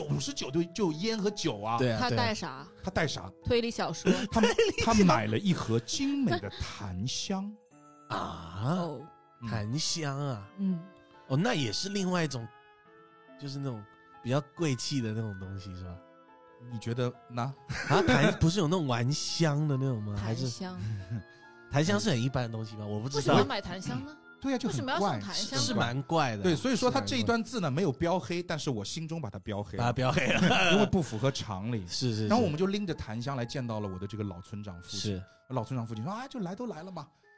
99%就烟和酒啊。 对啊。 他带啥？ 推理小说。 他买了一盒精美的檀香啊。檀香啊。那也是另外一种，就是那种比较贵气的那种东西，是吧？ 你觉得呢？ 檀不是有那种丸香的那种吗？ 檀香， 檀香是很一般的东西吗？我不知道。 为什么要买檀香呢？ 对呀，就很怪， 为什么要送檀香？ 是蛮怪的。 对，所以说他这一段字呢没有标黑，但是我心中把它标黑了，因为不符合常理。 是。 然后我们就拎着檀香来见到了我的这个老村长父亲。 是。 老村长父亲说啊，就来都来了嘛。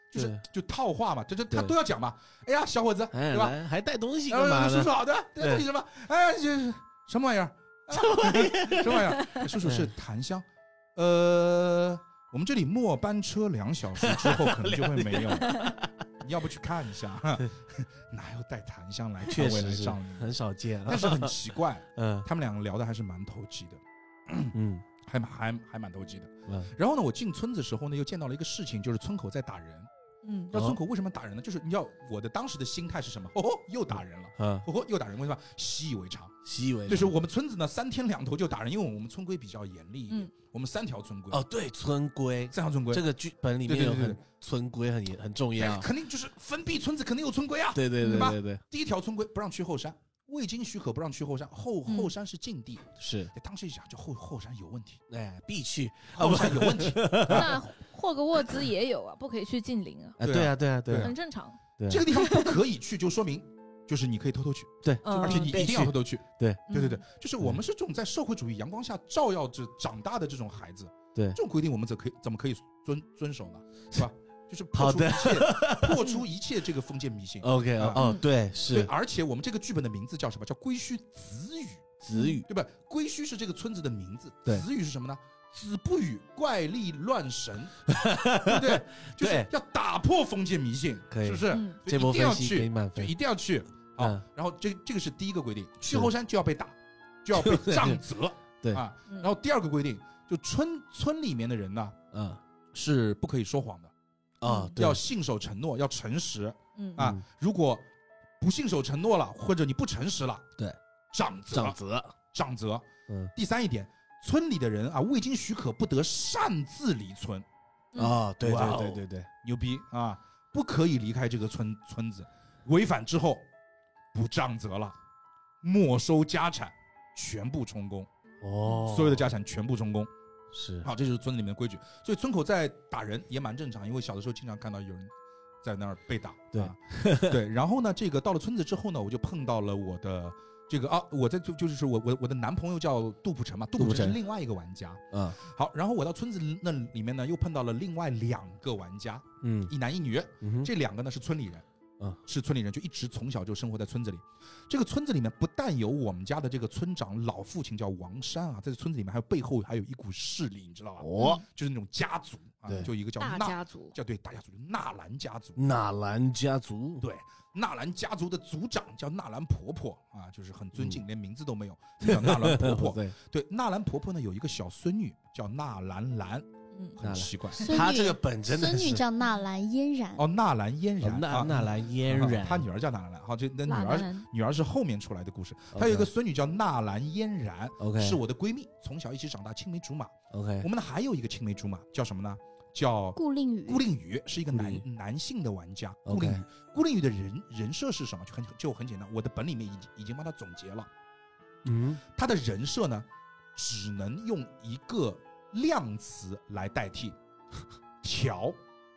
就套话嘛，这他都要讲嘛。哎呀，小伙子，对吧？ 还带东西干嘛呢？ 叔叔好的，带东西什么？哎，这是什么玩意儿？什么玩意儿？叔叔是檀香。我们这里末班车2小时之后可能就会没有了。你要不去看一下？哪有带檀香来？ 确实是上很少见， 但是很奇怪。他们两个聊的还是蛮投机的。还蛮投机的。然后呢，我进村子的时候呢，又见到了一个事情，就是村口在打人。那村口为什么打人呢？就是你知道我的当时的心态是什么？又打人了。又打人，为什么？习以为常。就是我们村子呢3天2头就打人，因为我们村规比较严厉一点。我们3条村规。 对，村规 ，3条村规。 这个剧本里面有村规很重要。 肯定就是封闭村子，肯定有村规啊。 对。 第1条村规不让去后山。未经许可不让去后山，后山是禁地。 是， 当时一想，就后山有问题， 必去， 后山有问题。 那霍格沃兹也有啊，不可以去禁林啊。 对啊， 很正常。 这个地方不可以去，就说明就是你可以偷偷去， 对， 而且你一定要偷偷去， 对， 就是我们是这种在社会主义阳光下照耀着长大的这种孩子， 对， 这种规定我们怎么可以遵守呢？是吧？就是破除一切这个封建迷信。 OK， 对，是。 对，而且我们这个剧本的名字叫什么？叫归墟子语，对吧？归墟是这个村子的名字，子语是什么呢？子不语，怪力乱神，对不对？就是要打破封建迷信，是不是？ 这波分析给满分， 一定要去。好，然后这个是第一个规定，去后山就要被打，就要被杖责。 对啊，然后第2个规定，就村里面的人呢，是不可以说谎的。要信守承诺，要诚实。如果不信守承诺了，或者你不诚实了， 对， 杖责。第3一点，村里的人啊，未经许可不得擅自离村。 对， 牛逼啊！不可以离开这个村子，违反之后不杖责了，没收家产，全部充公。所有的家产全部充公。 是， 好，这就是村子里面的规矩。所以村口在打人也蛮正常，因为小的时候经常看到有人在那儿被打。对。然后呢，这个到了村子之后呢，我就碰到了我的这个我在就是我的男朋友叫杜普成嘛，杜普成是另外一个玩家。好，然后我到村子那里面呢，又碰到了另外2个玩家，一男一女。这2个呢是村里人。是村里人，就一直从小就生活在村子里。这个村子里面不但有我们家的这个村长老父亲叫王山啊，在村子里面背后还有一股势力，你知道吧？就是那种家族啊，就一个叫大家族， 大家族，纳兰家族。对，纳兰家族的族长叫纳兰婆婆啊，就是很尊敬，连名字都没有，叫纳兰婆婆。对，纳兰婆婆呢有一个小孙女叫纳兰兰。很奇怪， 他这个本真的是孙女叫纳兰嫣然。 纳兰嫣然， 纳兰嫣然， 他女儿叫纳兰兰。好，女儿是后面出来的故事。她有一个孙女叫纳兰嫣然，是我的闺蜜，从小一起长大，青梅竹马。 我们呢还有一个青梅竹马，叫什么呢？叫顾令宇，是一个男性的玩家。顾令宇的人设是什么？就很简单，我的本里面已经帮他总结了。他的人设呢，只能用一个量词来代替，条，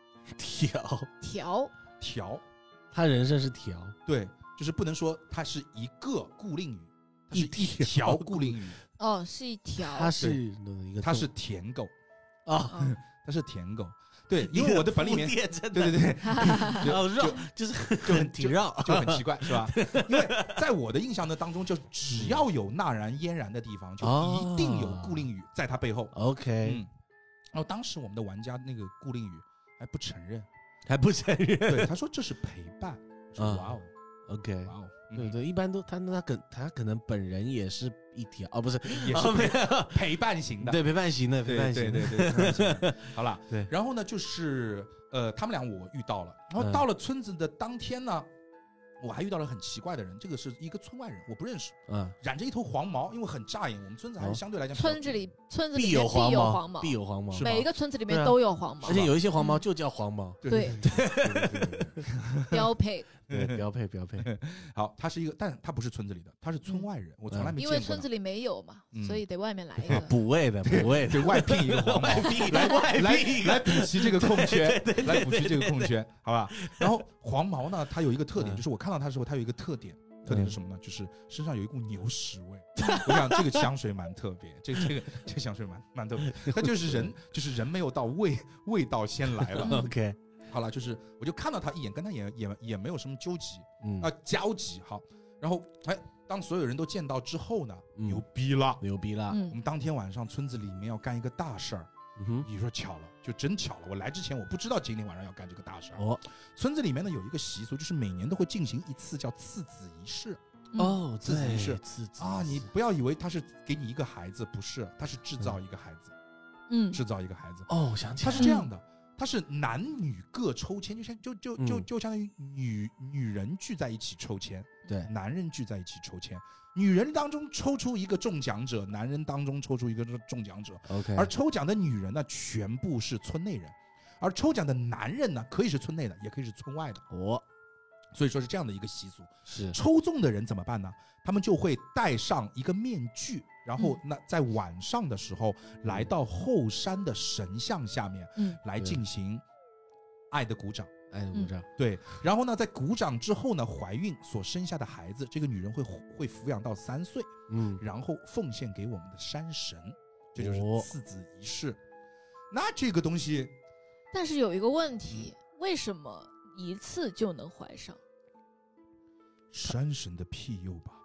他人设是条， 对，就是不能说它是一个固令语，它是一条固令语。 是一条， 它是它是舔狗它是舔狗。对，因为我的本里面，对， 就是挺绕， 就很奇怪，是吧？因为在我的印象的当中，就只要有纳兰嫣然的地方，就一定有固令语在他背后。 OK， 然后当时我们的玩家那个固令语还不承认， 对， 他说这是陪伴。哇哦 ，OK， 哇哦。对，一般都他可能本人也是一条不是， 也是陪伴型的， 对，陪伴型的。 好了，对，然后呢，就是他们俩我遇到了，然后到了村子的当天呢，我还遇到了很奇怪的人，这个是一个村外人，我不认识，染着一头黄毛，因为很扎眼，我们村子还是相对来讲， 村子里面必有黄毛，每一个村子里面都有黄毛， 而且有一些黄毛就叫黄毛， 对，标配。 对，标配。 好，他是一个，但他不是村子里的，他是村外人，我从来没见过。 因为村子里没有嘛，所以得外面来一个补位的， 对，外聘一个黄毛，来补齐这个空缺，来补齐这个空缺，好吧？然后黄毛呢，它有一个特点，就是我看到它的时候，它有一个特点是什么呢？就是身上有一股牛屎味。我想这个香水蛮特别，这香水蛮特别，它就是人没有到味道先来了。 OK。 好了，就是我就看到他一眼，跟他也没有什么交集，交集。好，然后当所有人都见到之后呢，牛逼了，我们当天晚上村子里面要干一个大事儿。你说巧了，就真巧了。我来之前我不知道今天晚上要干这个大事儿。村子里面呢有一个习俗，就是每年都会进行一次叫次子仪式。次子仪式啊，你不要以为他是给你一个孩子，不是，他是制造一个孩子。制造一个孩子。 我想起来， 他是这样的，他是男女各抽签，就相当于女人聚在一起抽签， 对， 男人聚在一起抽签。女人当中抽出一个中奖者，男人当中抽出一个中奖者。 OK， 而抽奖的女人呢，全部是村内人，而抽奖的男人呢，可以是村内的，也可以是村外的。所以说是这样的一个习俗。 是抽中的人怎么办呢？他们就会戴上一个面具，然后在晚上的时候来到后山的神像下面，来进行爱的鼓掌。对，然后呢，在鼓掌之后呢，怀孕所生下的孩子，这个女人会抚养到3岁，然后奉献给我们的山神，这就是次子仪式。那这个东西， 但是有一个问题，为什么一次就能怀上？ 山神的庇佑吧。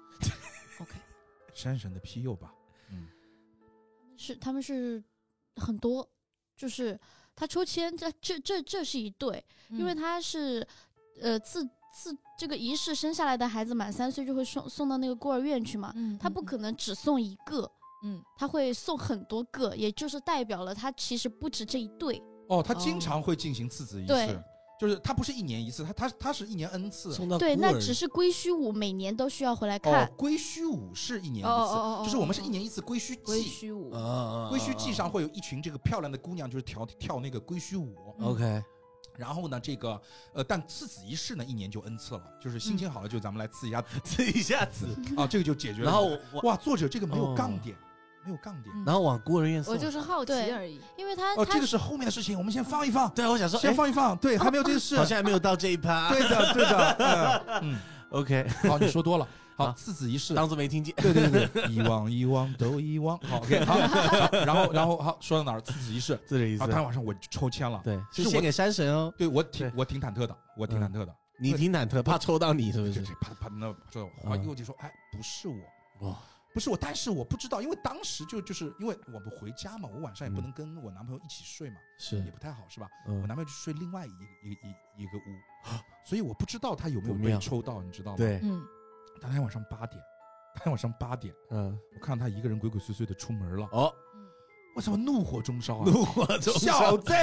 OK， 山神的庇佑吧。 他们是很多，就是他抽签，这是一对，因为他是自这个仪式生下来的孩子满3岁就会送到那个孤儿院去嘛，他不可能只送一个，他会送很多个，也就是代表了他其实不止这一对。 他经常会进行次子仪式。就是他不是1年1次，他是1年 N 次。 对，那只是归墟舞每年都需要回来看。 归墟舞是1年1次，就是我们是1年1次归墟祭。 归墟舞， 归墟祭上会有一群这个漂亮的姑娘，就是跳那个归墟舞。 OK。 然后呢，这个但次子仪式呢1年就 N 次了，就是心情好了就咱们来刺一下子啊，这个就解决了。 然后哇，作者这个没有杠点。 然后往孤儿院送。 我就是好奇而已， 因为他这个是后面的事情，我们先放一放。 对，我想说先放一放，对，还没有这个事， 好像还没有到这一趴。 对的 OK， 好，你说多了。好，次子仪式当作没听见。 对，遗忘都遗忘。好 ，OK， 好，然后好，说到哪儿？次子仪式，当天晚上我抽签了， 对，是献给山神哦。 对，我挺忐忑的， 你挺忐忑，怕抽到你是不是？ 怕那抽到我。我就说，不是我，不是我，但是我不知道，因为当时就是因为我们回家嘛，我晚上也不能跟我男朋友一起睡嘛， 是也不太好，是吧？我男朋友就睡另外一个屋，所以我不知道他有没有被抽到，你知道吗？ 对， 当天晚上8点，我看到他一个人鬼鬼祟祟的出门了。我操！怒火中烧啊！小子，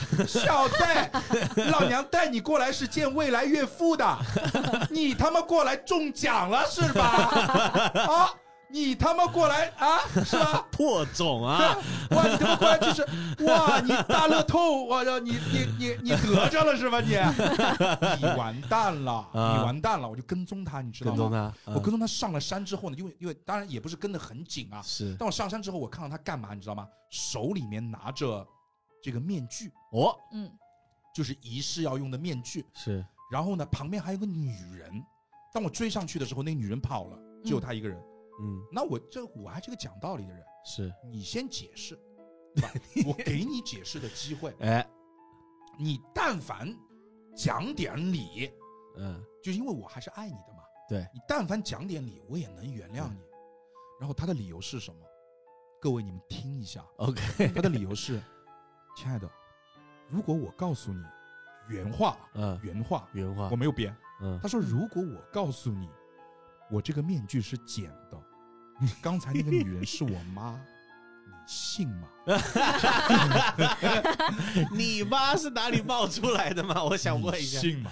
老娘带你过来是见未来岳父的，你他妈过来中奖了是吧？你他妈过来啊，是吧？ 破种啊！ 哇，你他妈过来就是哇，你大乐透，我你得着了是吧？你完蛋了，我就跟踪他，你知道吗？我跟踪他上了山之后呢，因为当然也不是跟得很紧啊， 是。 但我上山之后，我看到他干嘛，你知道吗？手里面拿着这个面具，就是仪式要用的面具， 是。 然后呢，旁边还有个女人。当我追上去的时候，那个女人跑了，只有他一个人。那我还是个讲道理的人， 是你先解释，我给你解释的机会。你但凡讲点理，就因为我还是爱你的嘛。 对， 你但凡讲点理，我也能原谅你。然后他的理由是什么？各位你们听一下。 OK， 他的理由是，亲爱的，如果我告诉你原话，我没有编。他说，如果我告诉你。我这个面具是捡的，刚才那个女人是我妈，你信吗？ 你妈是哪里冒出来的吗？我想问一下， 你信吗？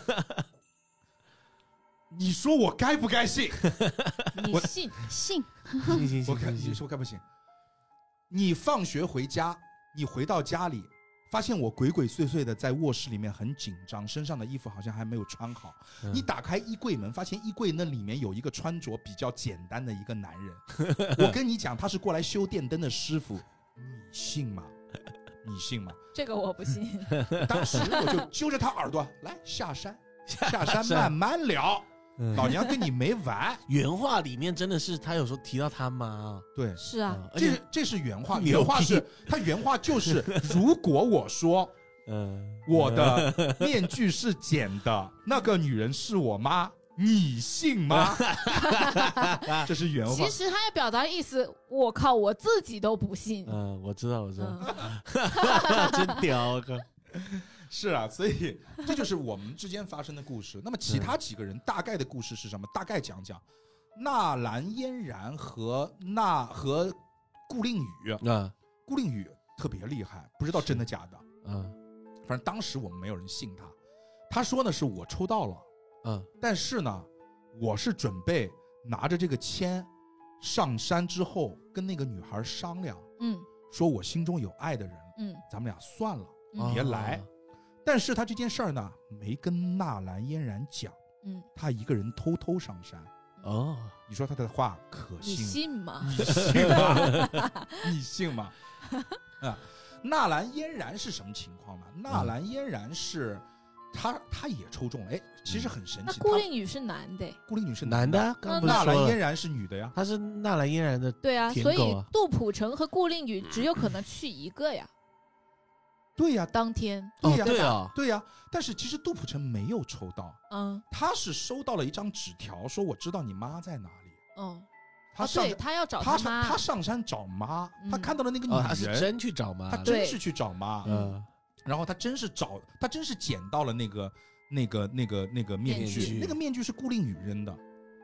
你说我该不该信？ 你信？ 你说该不信？你放学回家，你回到家里。发现我鬼鬼祟祟的在卧室里面很紧张，身上的衣服好像还没有穿好。你打开衣柜门，发现衣柜那里面有一个穿着比较简单的一个男人。我跟你讲，他是过来修电灯的师傅，你信吗？ 这个我不信。 当时我就揪着他耳朵来下山慢慢聊。老娘跟你没完。 原话里面真的是他有时候提到他妈。 对， 是啊， 这是原话。原话是他原话就是，如果我说我的面具是剪的，那个女人是我妈，你信吗？这是原话。 其实他要表达意思，我靠，我自己都不信。 我知道，真屌哥。 是啊，所以这就是我们之间发生的故事。那么其他几个人大概的故事是什么？大概讲讲。纳兰嫣然和顾令宇顾令宇特别厉害，不知道真的假的。反正当时我们没有人信他。他说呢是我抽到了，但是呢，我是准备拿着这个签上山之后跟那个女孩商量，说我心中有爱的人，咱们俩算了，别来。但是他这件事儿呢，没跟纳兰嫣然讲，他一个人偷偷上山。你说他的话可信？ 你信吗？ 你信吗？你信吗？纳兰嫣然是什么情况呢？纳兰嫣然是他也抽中了，其实很神奇。 那顾令宇是男的， 顾令宇是男的， 纳兰嫣然是女的呀。 他是纳兰嫣然的， 对啊，所以杜甫成和顾令宇只有可能去一个呀。 对呀， 当天对呀，但是其实杜甫成没有抽到，他是收到了一张纸条，说我知道你妈在哪里。 他要找他妈， 他上山找妈，他看到了那个女人， 他是真去找妈， 他真是去找妈，然后他真是捡到了那个面具，那个面具是顾令宇扔的，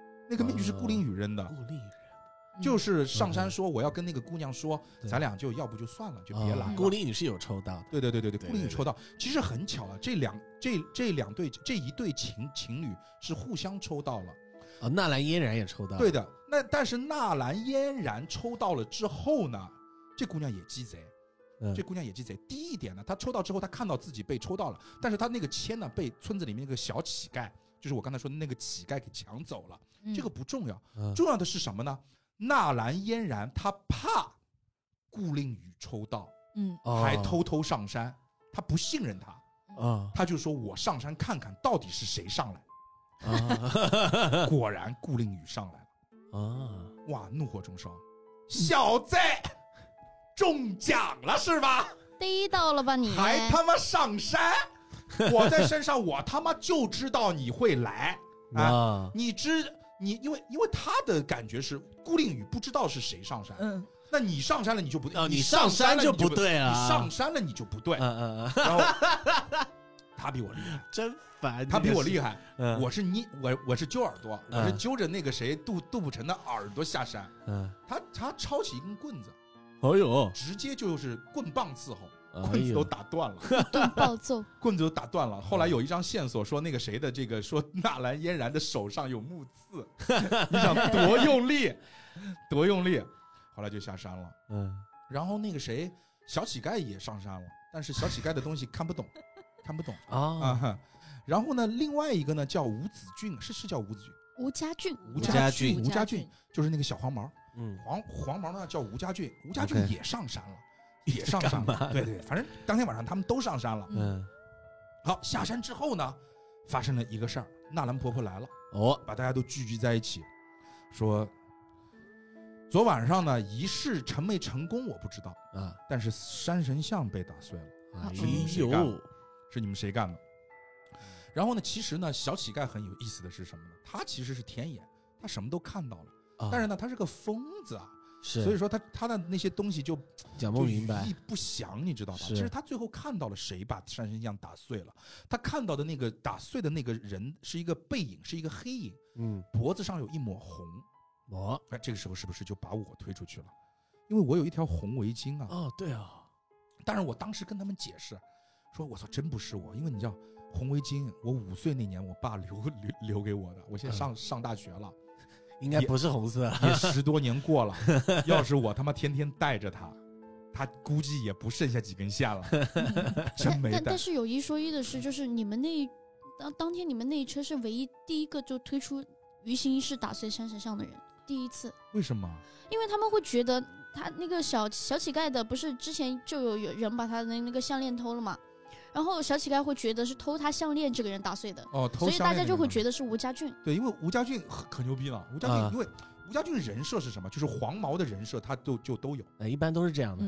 就是上山说我要跟那个姑娘说，咱俩就要不就算了，就别来了。 顾令宇是有抽到的， 对，顾令宇抽到。其实很巧了，这一对情侣是互相抽到了。 纳兰嫣然也抽到了。 对的，但是纳兰嫣然抽到了之后呢，这姑娘也鸡贼。第一点呢，她抽到之后，她看到自己被抽到了，但是她那个签呢，被村子里面那个小乞丐，就是我刚才说的那个乞丐给抢走了。这个不重要，重要的是什么呢？纳兰嫣然她怕顾令宇抽到，还偷偷上山，她不信任他，她就说我上山看看到底是谁上来。果然顾令宇上来了，哇，怒火中烧，小子中奖了是吧？ 第一到了吧你？ 还他妈上山！我在山上，我他妈就知道你会来啊！因为他的感觉是顾令宇不知道是谁上山，那你上山了你就不对， 你上山就不对啊！ 你上山了你就不对，然后他比我厉害， 真烦， 他比我厉害，我是揪耳朵，我是揪着那个谁杜甫成的耳朵下山，他抄起一根棍子。直接就是棍棒伺候，棍子都打断了， 暴揍， 棍子都打断了。后来有一张线索说那个谁的这个说纳兰嫣然的手上有木刺，你想多用力，多用力。后来就下山了，然后那个谁小乞丐也上山了，但是小乞丐的东西看不懂啊。然后呢，另外一个呢叫吴子俊，是叫吴子俊， 吴家俊就是那个小黄毛。黄毛呢叫吴家俊，吴家俊也上山了，对，反正当天晚上他们都上山了。好，下山之后呢，发生了一个事儿，纳兰婆婆来了，把大家都聚在一起，说昨晚上呢仪式成没成功我不知道但是山神像被打碎了，是你们谁干的？然后呢，其实呢，小乞丐很有意思的是什么呢？他其实是天眼，他什么都看到了。但是呢，他是个疯子啊，所以说他的那些东西就讲不明白， 语意不详，你知道吧？其实他最后看到了谁把山神像打碎了，他看到的那个打碎的那个人是一个背影，是一个黑影，脖子上有一抹红。这个时候是不是就把我推出去了？因为我有一条红围巾啊。 对啊。 但是我当时跟他们解释，说我操，真不是我，因为你知道红围巾，我5岁那年我爸留给我的，我现在上大学了。 应该不是红色， 也10多年过了。要是我他妈天天带着他估计也不剩下几根线了。真没带。 但是有一说一的是，就是你们当天你们那一车是唯一第一个就推出鱼形仪式打碎山神像的人，第一次。 为什么？ 因为他们会觉得他那个小乞丐的，不是之前就有人把他的那个项链偷了嘛？然后小乞丐会觉得是偷他项链这个人打碎的，所以大家就会觉得是吴家俊。 对，因为吴家俊可牛逼了。吴家俊，因为吴家俊人设是什么？就是黄毛的人设，他就都有。 一般都是这样的。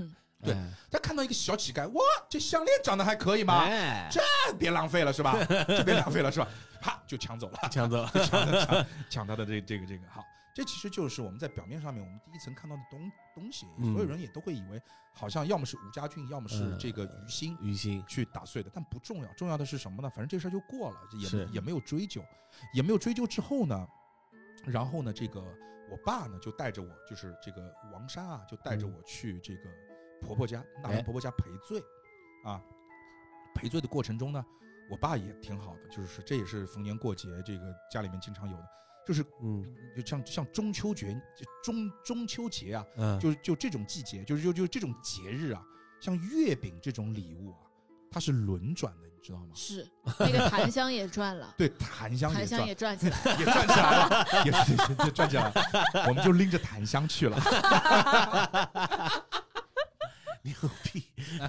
对，他看到一个小乞丐，哇，这项链长得还可以吗？这别浪费了是吧？这别浪费了是吧？啪就抢走了，抢他的这个好。这其实就是我们在表面上面我们第一层看到的东西，所有人也都会以为好像要么是吴家俊，要么是这个于心去打碎的，但不重要，重要的是什么呢？反正这事儿就过了，也没有追究，之后呢，然后呢，这个我爸呢就带着我，就是这个王珊啊，就带着我去这个婆婆家，纳兰婆婆家赔罪啊。赔罪的过程中呢，我爸也挺好的，就是这也是逢年过节这个家里面经常有的。就是就像中秋节，中秋节啊，就这种季节，就这种节日啊，像月饼这种礼物啊，它是轮转的，你知道吗？ 是那个檀香也转了， 对，檀香也转起来， 也转起来了，也转起来了，我们就拎着檀香去了， 牛逼，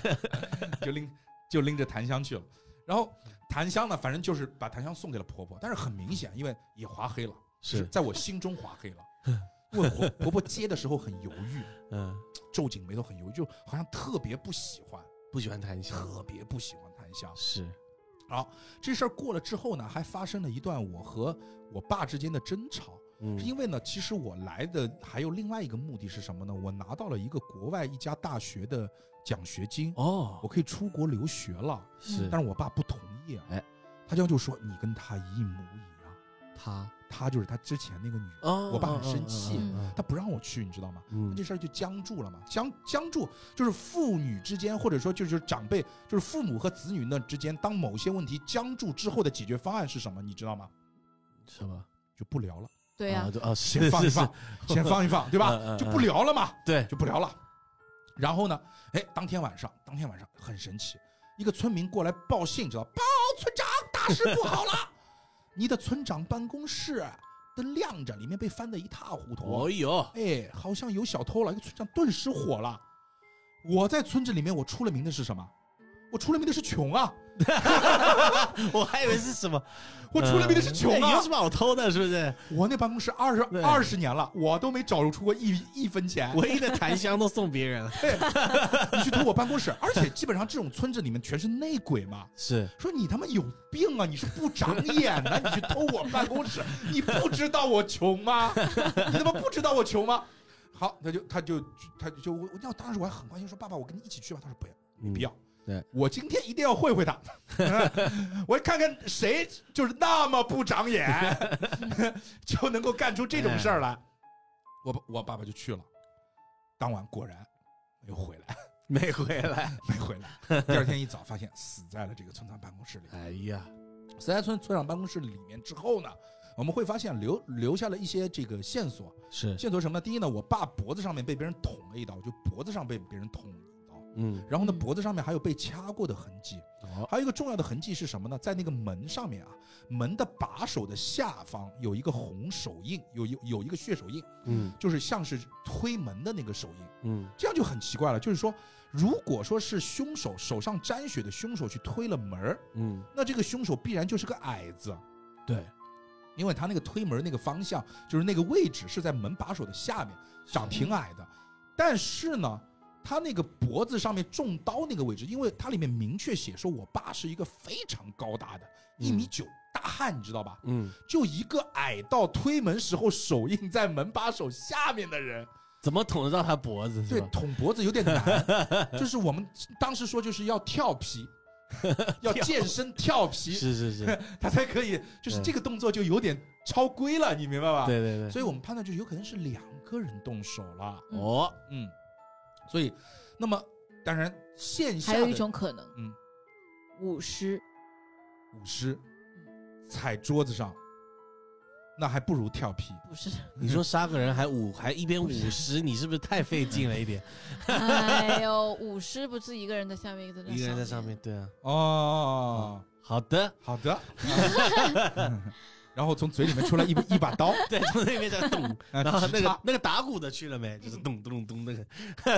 就拎着檀香去了，然后檀香呢，反正就是把檀香送给了婆婆，但是很明显，因为也划黑了。是在我心中划黑了，因为婆婆接的时候很犹豫，皱紧眉头很犹豫，就好像特别不喜欢檀香，特别不喜欢檀香。 是， 好，这事儿过了之后呢，还发生了一段我和我爸之间的争吵。是因为呢，其实我来的还有另外一个目的是什么呢？我拿到了一个国外一家大学的奖学金，我可以出国留学了。 是， 但是我爸不同意啊，他就说你跟他一模一样，他就是他之前那个女人，我爸很生气，他不让我去，你知道吗？这事儿就僵住了嘛，僵住就是父女之间，或者说就是长辈，就是父母和子女那之间，当某些问题僵住之后的解决方案是什么？你知道吗？ 什么？ 就不聊了。 对呀， 先放一放，先放一放，对吧？就不聊了嘛， 对， 就不聊了。然后呢，当天晚上很神奇，一个村民过来报信，知道报村长，大事不好了。你的村长办公室灯亮着，里面被翻得一塌糊涂。 哦呦， 好像有小偷了。一个村长顿时火了。我在村子里面，我出了名的是什么？我出了名的是穷啊！ 我还以为是什么， 我出了名的是穷啊！ 有什么好偷的？是不是？ 我那办公室20年了，我都没找出过一分钱， 唯一的檀香都送别人了。 对，你去偷我办公室，而且基本上这种村子里面全是内鬼嘛。 是， 说你他妈有病啊！你是不长眼的，你去偷我办公室，你不知道我穷吗？你他妈不知道我穷吗？好，他就我当时我还很关心，说爸爸，我跟你一起去吧。他说不要，你不要。 对，我今天一定要会他，我看看谁就是那么不长眼，就能够干出这种事儿来。我爸爸就去了，当晚果然没回来。第二天一早发现死在了这个村长办公室里。 哎呀， 死在村长办公室里面之后呢，我们会发现留下了一些这个线索。 是线索什么呢？第一呢，我爸脖子上面被别人捅了一刀，就脖子上被别人捅了一刀。然后呢，脖子上面还有被掐过的痕迹。还有一个重要的痕迹是什么呢？在那个门上面啊，门的把手的下方有一个红手印，有一个血手印。就是像是推门的那个手印。这样就很奇怪了，就是说，如果说是凶手手上沾血的凶手去推了门，那这个凶手必然就是个矮子。 对。 因为他那个推门那个方向，就是那个位置是在门把手的下面，长挺矮的。但是呢，他那个脖子上面中刀那个位置，因为它里面明确写说我爸是一个非常高大的1.9米大汉，你知道吧？就一个矮到推门时候手印在门把手下面的人， 怎么捅得到他脖子？ 对，捅脖子有点难。就是我们当时说就是要跳皮。要健身跳皮， 是， 他才可以，就是这个动作就有点超规了，你明白吧？ 对， 所以我们判断就有可能是2个人动手了。所以，那么当然线下还有一种可能，舞狮踩桌子上，那还不如跳皮。 不是， 你说杀个人还一边舞狮，你是不是太费劲了一点？ 哎呦，舞狮不是一个人在下面， 一个人在上面，对啊。好的。 然后从嘴里面出来一把刀， 对，从那边在动，然后那个打鼓的去了没？就是咚咚咚那个，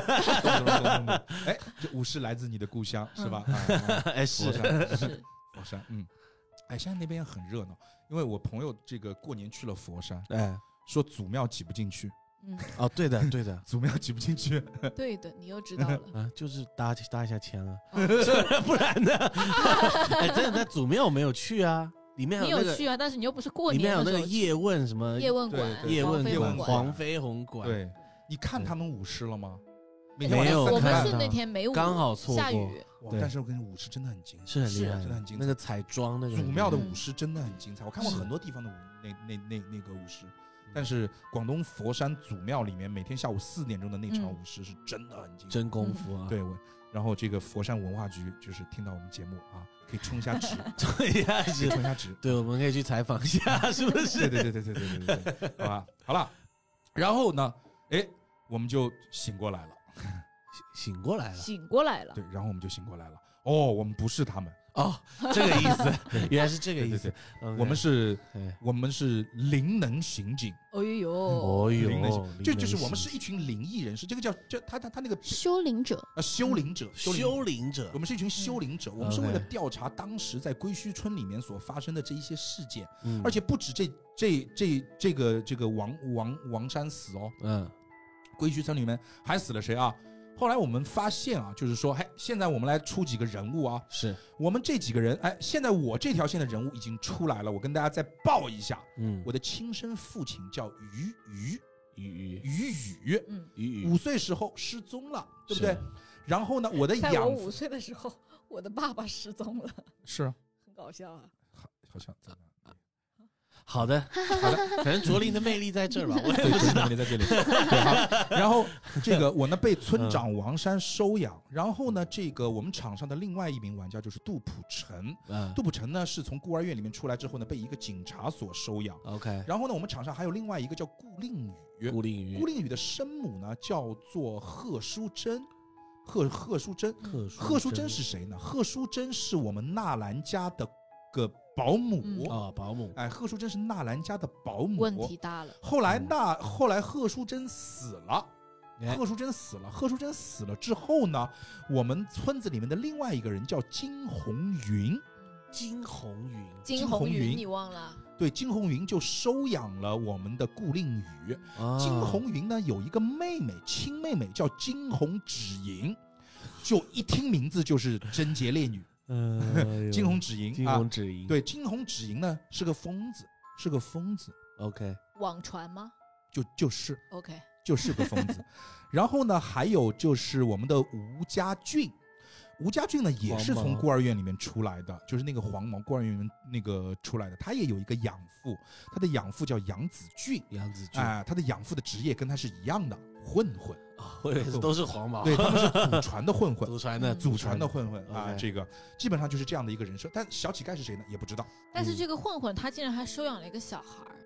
哎，这舞狮来自你的故乡是吧？ 哎，是佛山，现在那边很热闹，因为我朋友这个过年去了佛山，说祖庙挤不进去， 哦，对的对的， 祖庙挤不进去。 对的，你又知道了啊，就是搭一下签啊， 哦不然呢？哎，真的，在祖庙我没有去啊，里面你有那个有去啊，但是你又不是过里面有年的时候去。 那个叶问什么叶问馆、 对叶问黄飞馆鸿黄飞鸿馆， 对，你看他们舞狮了吗？每没有我们看到是那天没舞， 刚好错过下雨。 哇， 对但是我跟你舞狮真的很精彩， 是很厉害真的很精彩。 那个彩妆，那个祖庙的嗯舞狮真的很精彩，我看过很多地方的那个舞狮，但是广东佛山祖庙里面每天下午4点钟的那场舞狮是真的很精彩。 真功夫啊！ 对，然后这个佛山文化局就是听到我们节目啊，可以充一下值， 对呀， 可以充一下值。 对，我们可以去采访一下，是不是？ 对，好吧，好了，然后呢，哎，我们就醒过来了， 醒过来了。 醒过来了。 对，然后我们就醒过来了。哦，我们不是他们， 哦，这个意思，原来是这个意思。 我们是哎我们是灵能刑警， 哦呦， 哦灵能哟， 就是我们是一群灵异人士，这个叫他那个修灵者， 修灵者， 修灵者我，们是一群修灵者，我们是为了调查当时在归墟村里面所发生的这一些事件，而且不止这个王山死哦，归墟村里面还死了谁啊？后来我们发现啊，就是说，现在我们来出几个人物啊， 是我们这几个人，现在我这条线的人物已经出来了，我跟大家再报一下，我的亲生父亲叫于宇，5岁时候失踪了，对不对？然后呢，我的在养我5岁的时候，我的爸爸失踪了， 是很搞笑啊。 好像好的，反正卓林的魅力在这儿吧，我也对， 不知道。 你在这里。对，好，然后这个我呢被村长王山收养，然后呢，这个我们场上的另外一名玩家就是杜普成，杜普成呢是从孤儿院里面出来之后呢，被一个警察所收养。 OK， 然后呢，我们场上还有另外一个叫顾令宇，顾令宇的生母呢叫做贺淑珍。贺淑珍是谁呢？贺淑珍是我们纳兰家的个保姆保姆。 贺淑珍是纳兰家的保姆。 问题大了。 后来贺淑珍死了。贺淑珍死了之后呢，我们村子里面的另外一个人叫金红云， 金红云你忘了？ 对，金红云就收养了我们的顾令宇。金红云呢有一个亲妹妹叫金红芷莹，就一听名字就是贞洁烈女。金红芷莹，对，金红芷莹呢是个疯子。OK， 网传吗？ 就是 OK， 就是个疯子。然后呢，还有就是我们的吴家俊。吴家俊呢也是从孤儿院里面出来的，就是那个黄毛孤儿院里面那个出来的，他也有一个养父，他的养父叫杨子俊，他的养父的职业跟他是一样的，混混。 我以为都是黄毛， 对，他们是祖传的混混， 祖传的混混啊，这个基本上就是这样的一个人设。但小乞丐是谁呢？也不知道。 但是这个混混他竟然还收养了一个小孩儿，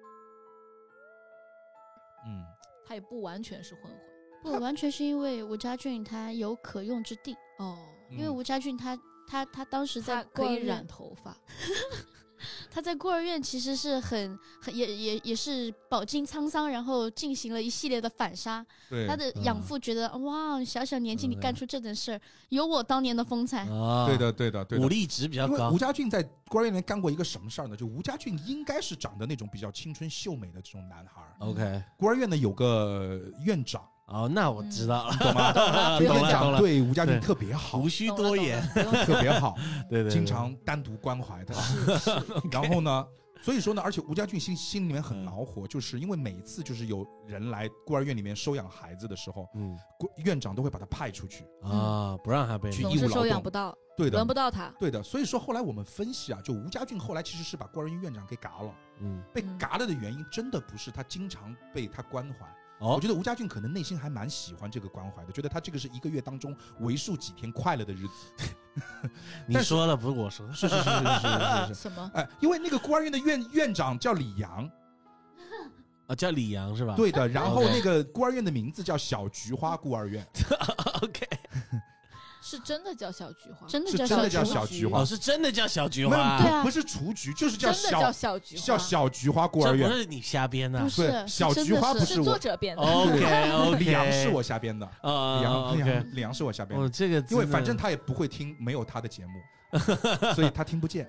他也不完全是混混。 不完全是因为吴家俊他有可用之地哦， 因为吴家俊他当时在可以染头发， 他在孤儿院其实是也是饱经沧桑，然后进行了一系列的反杀。他的养父觉得哇，小小年纪你干出这种事儿，有我当年的风采。 对的， 武力值比较高。 吴家俊在孤儿院里面干过一个什么事儿呢？就吴家俊应该是长得那种比较青春秀美的这种男孩。 OK， 孤儿院呢有个院长。 那我知道了， 懂吗？院长对吴家俊特别好， 无需多言， 特别好， 对， 经常单独关怀他。然后呢，所以说呢，而且吴家俊心里面很恼火，就是因为每次就是有人来孤儿院里面收养孩子的时候，院长都会把他派出去不让他被去义务劳动， 收养不到， 对的， 轮不到他， 对的。所以说后来我们分析啊，就吴家俊后来其实是把孤儿院院长给嘎了，被嘎了的原因真的不是他经常被他关怀。我觉得吴家俊可能内心还蛮喜欢这个关怀的，觉得他这个是1个月当中为数几天快乐的日子。 你说了，不是我说的。 是。 什么？ 因为那个孤儿院的院长叫李阳， 叫李阳是吧？ 对的。然后那个孤儿院的名字叫小菊花孤儿院。 OK， 是真的叫小菊花， 真的是真的叫小小菊花哦，是真的叫小菊没有花， 对啊不是雏菊，就是叫真的叫小菊花， 叫小菊花孤儿院。 这不是你瞎编的不是对，小菊花不是作我， 者编的。 ？OK， 李阳是我瞎编的， 哦李阳是我瞎编的， 哦，这个因为反正他也不会听没有他的节目，所以他听不见。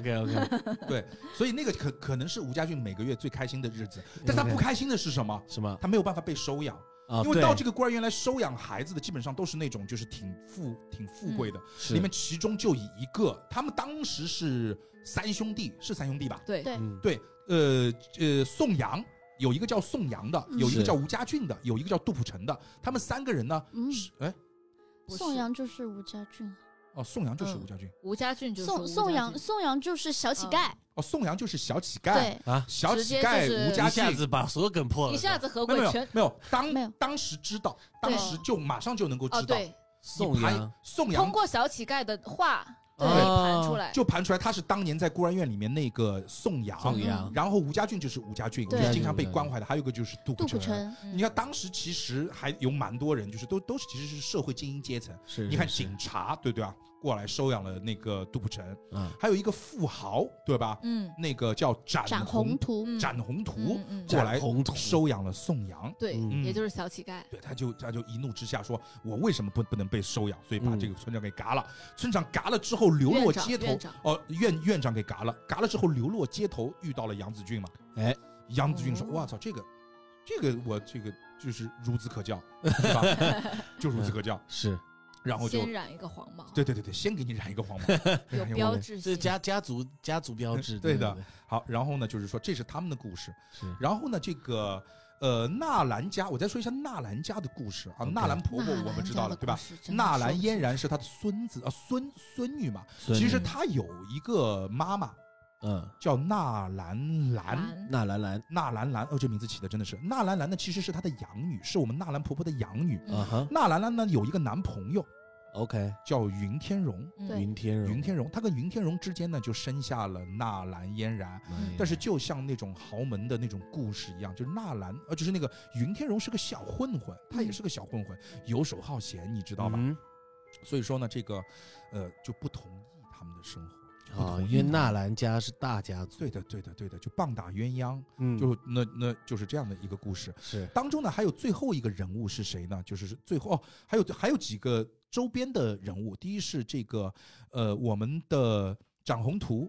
OK， 对，所以那个可能是吴家俊每个月最开心的日子，但他不开心的是什么？ 什么？ 他没有办法被收养，因为到这个孤儿院来收养孩子的，基本上都是那种就是挺富贵的，里面其中就以一个，他们当时是三兄弟，是三兄弟吧？ 对对，宋阳。有一个叫宋阳的，有一个叫吴家俊的，有一个叫杜甫成的，他们3个人呢， 宋阳就是吴家俊， 哦，宋阳就是吴家俊， 吴家俊就是宋阳就是小乞丐， 哦，宋阳就是小乞丐， 对啊， 小乞丐吴家一下俊， 子把所有梗破了， 一下子合没有鬼全没有， 没有当时知道，当时就马上就能够知道， 对， 宋阳宋阳通过小乞丐的话对盘出来， 就盘出来他是当年在孤儿院里面那个宋阳，然后吴家俊就是吴家俊，就是经常被关怀的，还有一个就是杜甫成。你看当时其实还有蛮多人，就是都是其实是社会精英阶层。你看警察对吧？过来收养了那个杜甫成，还有一个富豪对吧？那个叫展宏图过来收养了宋阳， 对，也就是小乞丐。 对，他就一怒之下说：“我为什么不能被收养？”所以把这个村长给嘎了。村长嘎了之后流落街头，院长给嘎了之后流落街头，遇到了杨子俊嘛。哎，杨子俊说：“哇操，这个我这个就是孺子可教，是吧？就孺子可教是。”然后就先染一个黄毛， 对，先给你染一个黄毛， 有标志性， 这家族标志， 对的。好，然后呢，就是说这是他们的故事，然后呢，这个纳兰家，我再说一下纳兰家的故事啊。纳兰婆婆我们知道了，对吧？纳兰嫣然是她的孙子啊，孙女嘛。其实她有一个妈妈，叫纳兰兰，这名字起的真的是。纳兰兰呢，其实是她的养女，是我们纳兰婆婆的养女。纳兰兰呢有一个男朋友。 OK， 叫云天荣， 云天荣， 他跟云天荣之间呢就生下了纳兰嫣然，但是就像那种豪门的那种故事一样，就是纳兰就是那个云天荣是个小混混，他也是个小混混，游手好闲，你知道吧？所以说呢，这个就不同意他们的生活。 啊，因为纳兰家是大家族， 对的，就棒打鸳鸯，就那就是这样的一个故事。 是当中呢，还有最后一个人物是谁呢？就是最后还有几个周边的人物。第一是这个我们的展宏图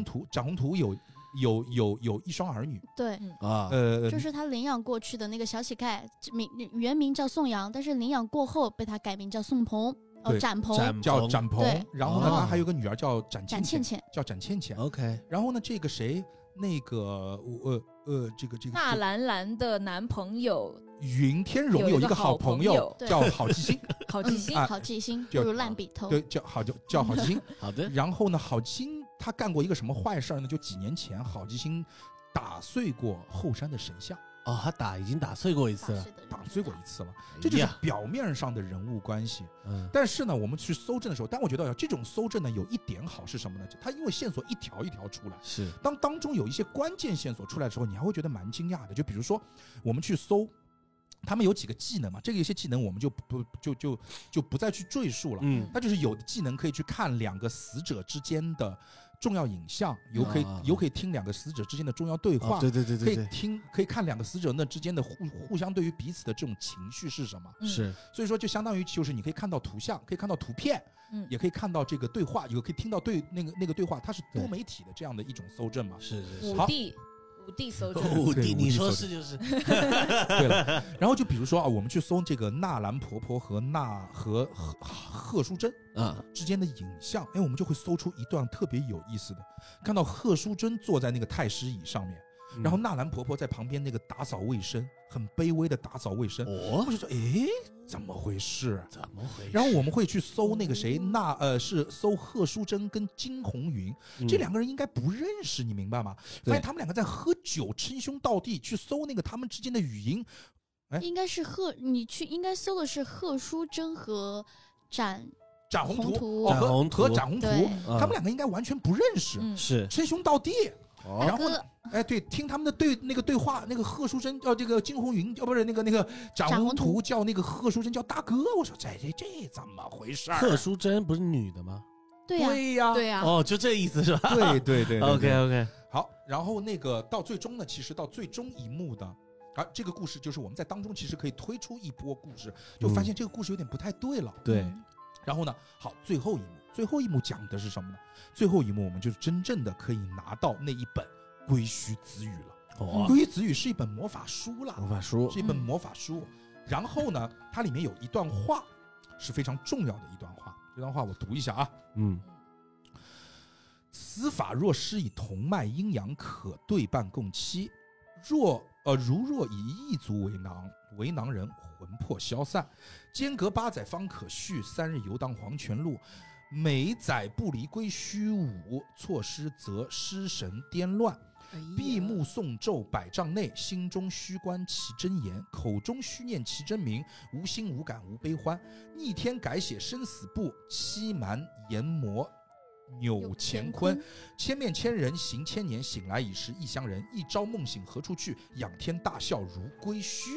有一双儿女， 对啊， 就是他领养过去的那个小乞丐，原名叫宋阳，但是领养过后被他改名叫宋鹏。展鹏叫展鹏，然后呢，他还有个女儿叫展倩倩，叫展倩倩。 OK， 然后呢，这个谁，那个这个纳兰兰的男朋友云天荣有一个好朋友叫郝继兴， 郝继兴不如烂笔头， 对，叫郝继兴。 好的。 然后呢，郝继兴他干过一个什么坏事呢？就几年前，郝继兴打碎过后山的神像。 哦，他已经打碎过一次了， 打碎过一次了，这就是表面上的人物关系。但是呢，我们去搜证的时候，但我觉得这种搜证呢，有一点好是什么呢？它因为线索一条一条出来，是当中有一些关键线索出来的时候，你还会觉得蛮惊讶的。就比如说，我们去搜，他们有几个技能嘛？这个一些技能我们就不再去赘述了。它就是有的技能可以去看2个死者之间的重要影像，有可以听2个死者之间的重要对话， 对， 可以看2个死者那之间的互相对于彼此的这种情绪是什么， 是， 所以说就相当于就是你可以看到图像，可以看到图片，也可以看到这个对话，也可以听到那个对话，它是多媒体的这样的一种搜证嘛， 是， 五 D 搜证， 你说是就是， 对了。然后就比如说啊，我们去搜这个纳兰婆婆和贺淑珍之间的影像，我们就会搜出一段特别有意思的，看到贺淑珍坐在那个太师椅上面，然后纳兰婆婆在旁边那个打扫卫生，很卑微的打扫卫生。我就说，怎么回事？然后我们会去搜那个谁，是搜贺淑珍跟金红云，这2个人应该不认识，你明白吗？发现他们2个在喝酒，称兄道弟，去搜那个他们之间的语音。 应该是应该搜的是贺淑珍和展宏图， 和展宏图，他们2个应该完全不认识， 是称兄道弟。 然后对，听他们的对话，那个贺书珍叫这个金红云，不是那个展文图叫那个贺书珍叫大哥，我说这怎么回事？ 贺书珍不是女的吗？ 对呀， 对呀， 哦，就这意思是吧？ 对 ，OK， 好，然后那个到最终呢，其实到最终一幕的。这个故事就是我们在当中其实可以推出一波故事，就发现这个故事有点不太对了。 对， 然后呢，好，最后一幕讲的是什么呢？最后一幕我们就是真正的可以拿到那一本《归墟子语》了。《归墟子语》是一本魔法书了，是一本魔法书。然后呢，它里面有一段话是非常重要的一段话，这段话我读一下啊。此法若施以同脉阴阳，可对半共期。如若以异族为囊人，魂魄消散，间隔8载方可续，3日游荡黄泉路，每载不离归墟舞，错失则失神颠乱。闭目诵咒100丈内，心中虚观其真言，口中虚念其真名，无心无感无悲欢，逆天改写生死簿，欺瞒研磨扭乾坤，千面千人行千年，醒来已是异乡人，一朝梦醒何处去，仰天大笑如归墟。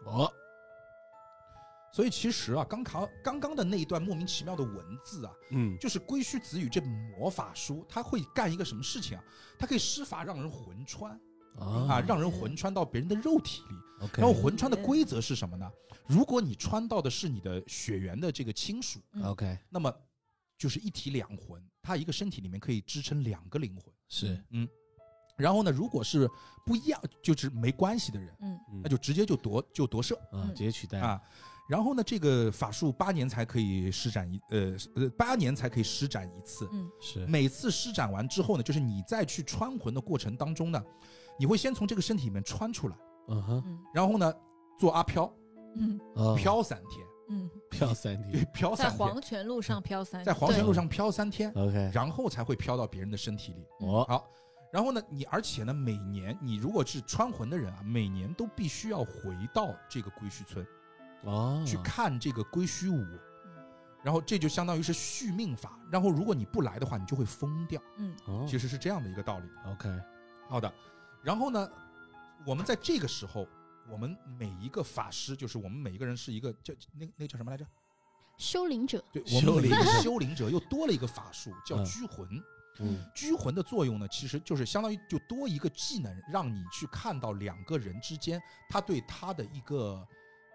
所以其实啊，刚刚的那一段莫名其妙的文字啊，就是《归墟子语》这本魔法书，它会干一个什么事情啊？它可以施法让人魂穿让人魂穿到别人的肉体里。然后魂穿的规则是什么呢？如果你穿到的是你的血缘的这个亲属那么就是一体两魂，它一个身体里面可以支撑2个灵魂。 是， 然后呢，如果是不一样，就是没关系的人，那就直接就夺舍直接取代啊。然后呢，这个法术8年才可以施展8年才可以施展一次。 是。 每次施展完之后呢，就是你再去穿魂的过程当中呢，你会先从这个身体里面穿出来，然后呢做阿飘，飘3天， 飘3天， 飘3天， 在黄泉路上飘3天， 在黄泉路上飘3天 ，OK， 然后才会飘到别人的身体里。好。然后呢，而且呢，每年你如果是穿魂的人啊，每年都必须要回到这个归墟村，去看这个归墟舞，然后这就相当于是续命法。然后如果你不来的话，你就会疯掉。其实是这样的一个道理。 OK， 好的。然后呢，我们在这个时候，我们每一个法师，就是我们每一个人是一个叫那叫什么来着？ 修灵者。 对，我们每一个修灵者又多了一个法术，叫拘魂。拘魂的作用呢，其实就是相当于就多一个技能，让你去看到2个人之间他对他的一个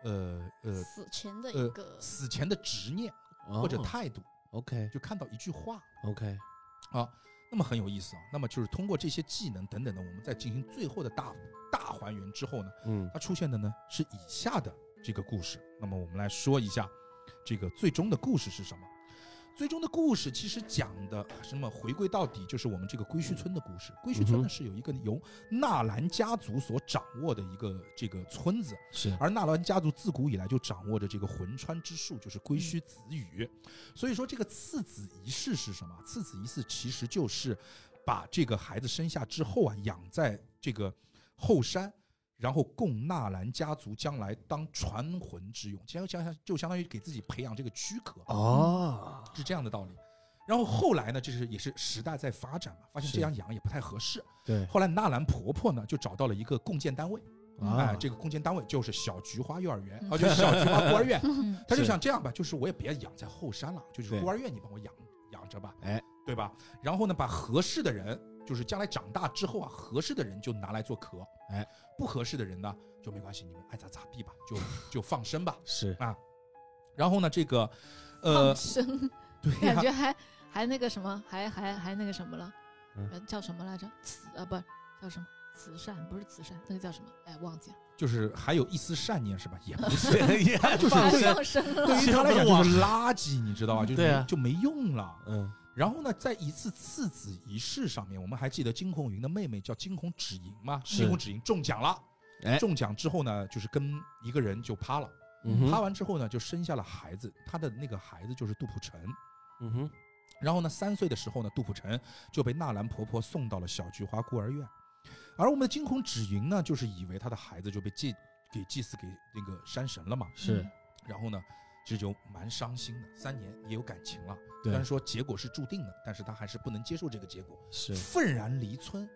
死前的执念或者态度。 OK， 就看到一句话。 OK， 那么很有意思啊。那么就是通过这些技能等等的，我们在进行最后的大还原之后呢，它出现的呢是以下的这个故事。那么我们来说一下这个最终的故事是什么。最终的故事其实讲的什么？回归到底就是我们这个归墟村的故事。归墟村呢是有一个由纳兰家族所掌握的一个这个村子， 是。 而纳兰家族自古以来就掌握着这个魂穿之术，就是归墟子语。所以说这个次子仪式是什么？次子仪式其实就是把这个孩子生下之后啊，养在这个后山。然后供纳兰家族将来当传魂之用，就相当于给自己培养这个躯壳是这样的道理。然后后来呢，也是时代在发展嘛，发现这样养也不太合适。 对， 后来纳兰婆婆呢就找到了一个共建单位，这个共建单位就是小菊花幼儿园，就是小菊花孤儿院。他就想这样吧，就是我也别养在后山了，就是孤儿院你帮我养着吧，对吧？然后呢，把合适的人。就是将来长大之后啊，合适的人就拿来做壳，不合适的人呢就没关系，你们爱咋地吧，就放生吧， 是啊。 然后呢，这个放生， 对、 感觉还那个什么，还那个什么了，叫什么来着？不叫什么慈善，不是慈善，那个叫什么？忘记了。就是还有一丝善念是吧？也不是，就是放生了。 对于他来讲就是垃圾，你知道吧？就没用了。然后呢，在一次次子仪式上面，我们还记得金红云的妹妹叫金红芷莹吗？金红芷莹中奖了，中奖之后呢，就是跟一个人就趴了，趴完之后呢，就生下了孩子，他的那个孩子就是杜甫成。然后呢，3岁的时候呢，杜甫成就被纳兰婆婆送到了小菊花孤儿院，而我们的金红芷莹呢，就是以为他的孩子就被祭祀给那个山神了嘛， 是， 然后呢。这就蛮伤心的，3年也有感情了。虽然说结果是注定的，但是他还是不能接受这个结果， 是愤然离村，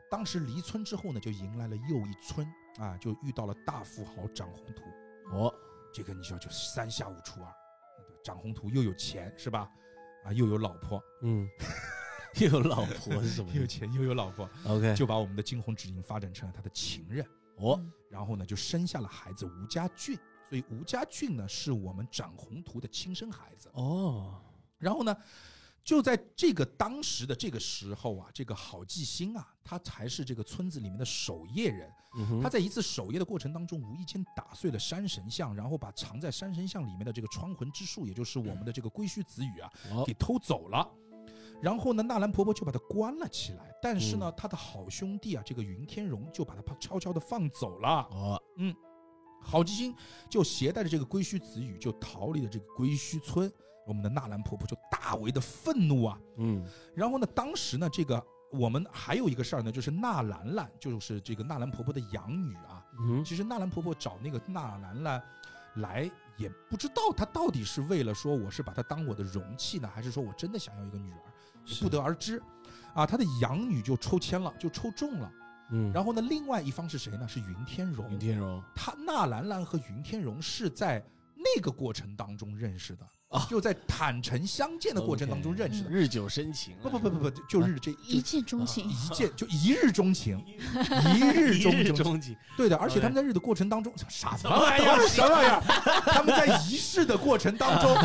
当时离村之后呢，就迎来了又一村啊，就遇到了大富豪长宏图。这个你知道，就三下五除二，长宏图又有钱是吧？啊，又有老婆， 又有老婆是什么？ 又有钱又有老婆 ，OK， 就把我们的惊鸿纸缨发展成了他的情人。然后呢，就生下了孩子吴家俊。所以吴家俊呢，是我们长宏图的亲生孩子。然后呢，就在这个当时的这个时候啊，这个郝继兴啊，他才是这个村子里面的守夜人。他在一次守夜的过程当中，无意间打碎了山神像，然后把藏在山神像里面的这个穿魂之术，也就是我们的这个龟须子语啊，给偷走了。然后呢，纳兰婆婆就把他关了起来。但是呢，他的好兄弟啊，这个云天荣就把他悄悄的放走了。郝继兴就携带着这个龟须子语就逃离了这个龟须村。我们的纳兰婆婆就大为的愤怒啊。然后呢，当时呢，这个我们还有一个事儿呢，就是纳兰兰，就是这个纳兰婆婆的养女啊。其实纳兰婆婆找那个纳兰兰来，也不知道她到底是为了说我是把她当我的容器呢，还是说我真的想要一个女儿，不得而知。啊，她的养女就抽签了，就抽中了。然后呢，另外一方是谁呢？是云天荣。他纳兰兰和云天荣是在那个过程当中认识的。就在坦诚相见的过程当中认识的。 日久生情。 不，就一见钟情， 一日钟情，一日钟情。对的，而且他们在日的过程当中，啥玩意儿？他们在仪式的过程当中，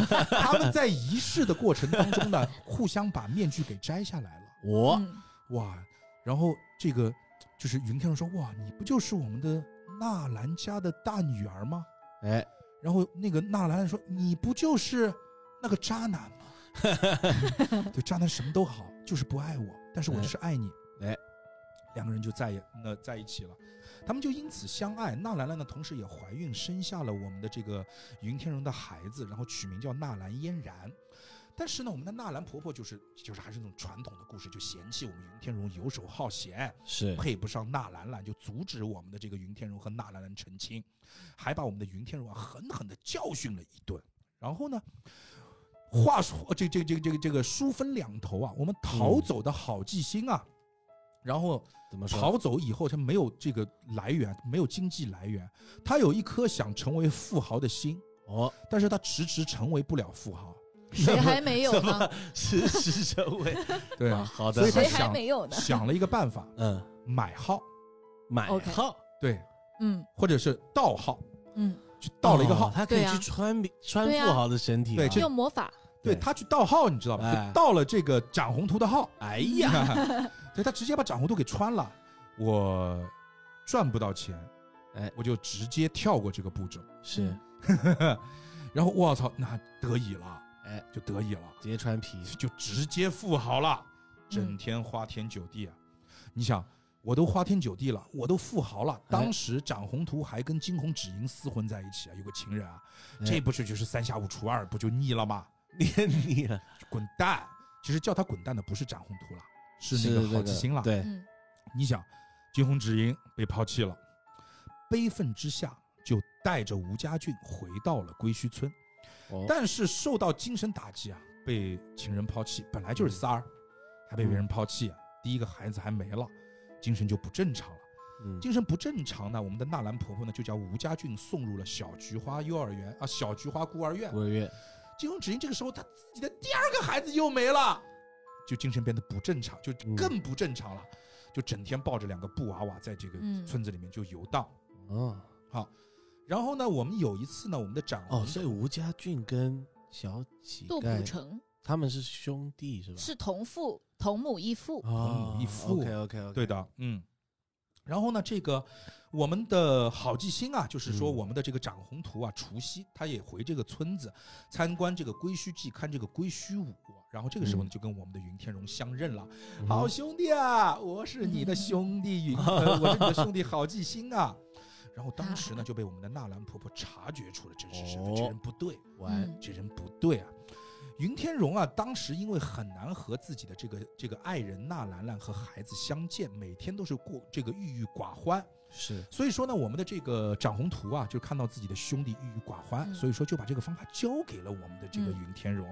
呢，互相把面具给摘下来了。哇，然后这个就是云天荣说，哇，你不就是我们的纳兰家的大女儿吗？然后那个纳兰说，你不就是那个渣男吗？对，渣男什么都好，就是不爱我，但是我就是爱你。两个人就在一起了。他们就因此相爱。纳兰兰呢，同时也怀孕，生下了我们的这个云天荣的孩子，然后取名叫纳兰嫣然。但是呢，我们的纳兰婆婆就是还是那种传统的故事，就嫌弃我们云天荣游手好闲， 是配不上纳兰兰，就阻止我们的这个云天荣和纳兰兰成亲，还把我们的云天荣狠狠的教训了一顿。然后呢，话说这个书分两头啊，我们逃走的郝继兴啊，然后怎么说？ 逃走以后他没有这个来源，没有经济来源，他有一颗想成为富豪的心，但是他迟迟成为不了富豪。 谁还没有呢？ 迟迟成为对啊， 好的， 所以他谁还没有呢？ 想了一个办法，买号，对，或者是盗号，去盗了一个号， 他可以去穿富豪的身体， 对， 用魔法， 对他去盗号，你知道吧？就盗了这个长宏图的号， 哎呀， 对，他直接把长宏图给穿了，我赚不到钱，我就直接跳过这个步骤， 是， 然后我操，那得以了。就得以了， 直接穿皮， 就直接富豪了，整天花天酒地啊！你想，我都花天酒地了，我都富豪了。当时长宏图还跟惊鸿纸缨厮混在一起啊，有个情人啊，这不是就是三下五除二，不就腻了吗？ 腻了， 滚蛋！其实叫他滚蛋的不是长宏图了，是那个郝继兴了。 对， 你想，惊鸿纸缨被抛弃了，悲愤之下就带着吴家俊回到了归墟村。但是受到精神打击啊，被情人抛弃，本来就是仨儿，还被别人抛弃，第一个孩子还没了，精神就不正常了。精神不正常呢，我们的纳兰婆婆呢就将吴家俊送入了小菊花幼儿园啊，小菊花孤儿院。惊鸿纸缨这个时候他自己的第二个孩子又没了，就精神变得不正常，就更不正常了，就整天抱着两个布娃娃在这个村子里面就游荡。好。然后呢，我们有一次呢，我们的长所以吴家俊跟小乞丐杜甫成他们是兄弟是吧？ 是同母异父。 同母异父。 OK， 对的，然后呢，这个我们的郝继兴啊，就是说我们的这个长宏图啊，除夕他也回这个村子参观这个龟墟祭，看这个龟墟舞。然后这个时候呢，就跟我们的云天荣相认了。好兄弟啊，我是你的兄弟我是你的兄弟郝继兴啊。然后当时呢，就被我们的纳兰婆婆察觉出了真实身份，这人不对，这人不对啊！云天荣啊，当时因为很难和自己的这个爱人纳兰兰和孩子相见，每天都是过这个郁郁寡欢， 是， 所以说呢，我们的这个长宏图啊，就看到自己的兄弟郁郁寡欢，所以说就把这个方法交给了我们的这个云天荣。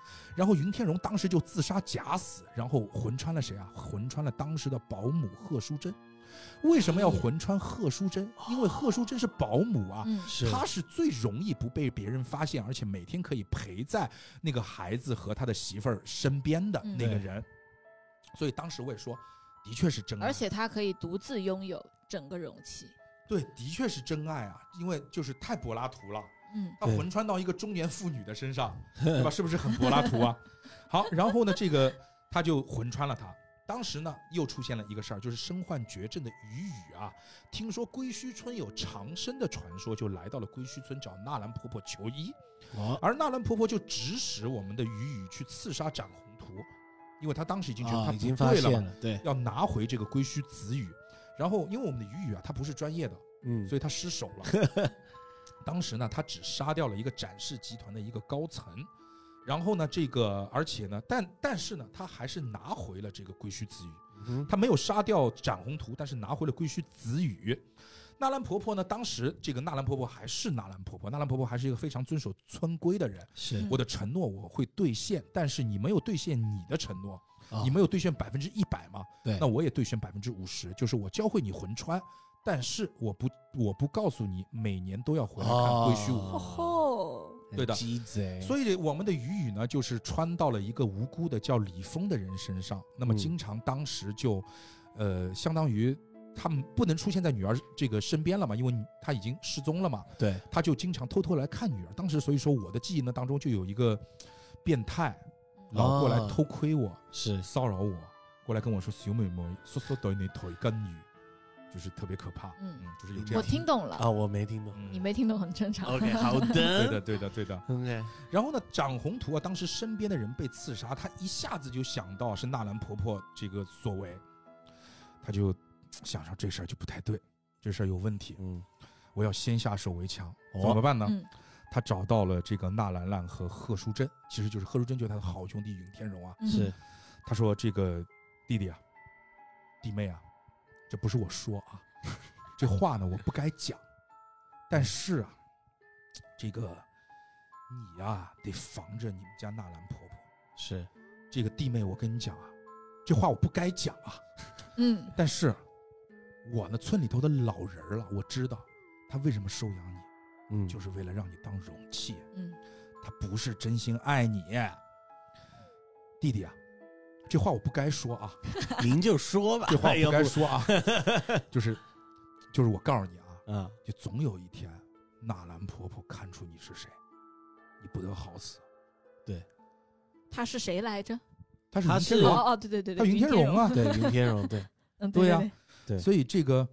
然后云天荣当时就自杀假死，然后魂穿了谁啊？魂穿了当时的保姆贺淑珍。为什么要魂穿贺淑珍？因为贺淑珍是保姆啊，她是最容易不被别人发现，而且每天可以陪在那个孩子和他的媳妇儿身边的那个人。所以当时我也说，的确是真爱， 而且他可以独自拥有整个容器。 对，的确是真爱啊，因为就是太柏拉图了。他魂穿到一个中年妇女的身上，对吧？是不是很柏拉图啊？好，然后呢，这个他就魂穿了他。当时呢，又出现了一个事儿，就是身患绝症的于宇啊，听说归墟村有长生的传说，就来到了归墟村找纳兰婆婆求医。而纳兰婆婆就指使我们的于宇去刺杀展宏图，因为他当时已经觉得他不对了嘛， 对， 要拿回这个归墟子宇。然后，因为我们的于宇啊，他不是专业的，所以他失手了。当时呢，他只杀掉了一个展示集团的一个高层，然后呢，而且呢，但是呢，他还是拿回了这个归墟子宇。他没有杀掉展宏图，但是拿回了归墟子宇。纳兰婆婆呢，当时这个纳兰婆婆还是纳兰婆婆，纳兰婆婆还是一个非常遵守村规的人。 是我的承诺我会兑现，但是你没有兑现你的承诺，你没有兑现100%嘛？对，那我也兑现50%，就是我教会你魂穿。但是我不告诉你每年都要回来看归墟舞。对的，所以我们的于宇呢，就是穿到了一个无辜的叫李峰的人身上。那么经常当时就，相当于他们不能出现在女儿这个身边了嘛，因为他已经失踪了嘛。对，他就经常偷偷来看女儿。当时所以说我的记忆呢当中就有一个变态，老过来偷窥我，是骚扰我，过来跟我说小妹妹，说对你腿跟女。就是特别可怕，就是有这样。 我听懂了啊，我没听懂， 你没听懂很正常。 OK， 好的， 对的。OK。然后呢，展宏图啊，当时身边的人被刺杀，他一下子就想到是纳兰婆婆这个所为，他就想上这事儿就不太对，这事儿有问题，我要先下手为强，怎么办呢？他找到了这个纳兰兰和贺淑珍，其实就是贺淑珍就是他的好兄弟云天荣啊，是，他说这个弟弟啊，弟妹啊。这不是我说啊，这话呢我不该讲，但是啊，这个你啊得防着你们家纳兰婆婆。是，这个弟妹，我跟你讲啊，这话我不该讲啊。但是我呢村里头的老人了，我知道他为什么收养你，就是为了让你当容器。他不是真心爱你，弟弟啊。这话我不该说啊， 您就说吧。 这话我不该说啊，就是我告诉你啊，就总有一天，纳兰婆婆看出你是谁，你不得好死。对， 他是谁来着？ 他是云天荣。 哦，对， 他云天荣啊， 对，云天荣，对， 对呀，对。所以这个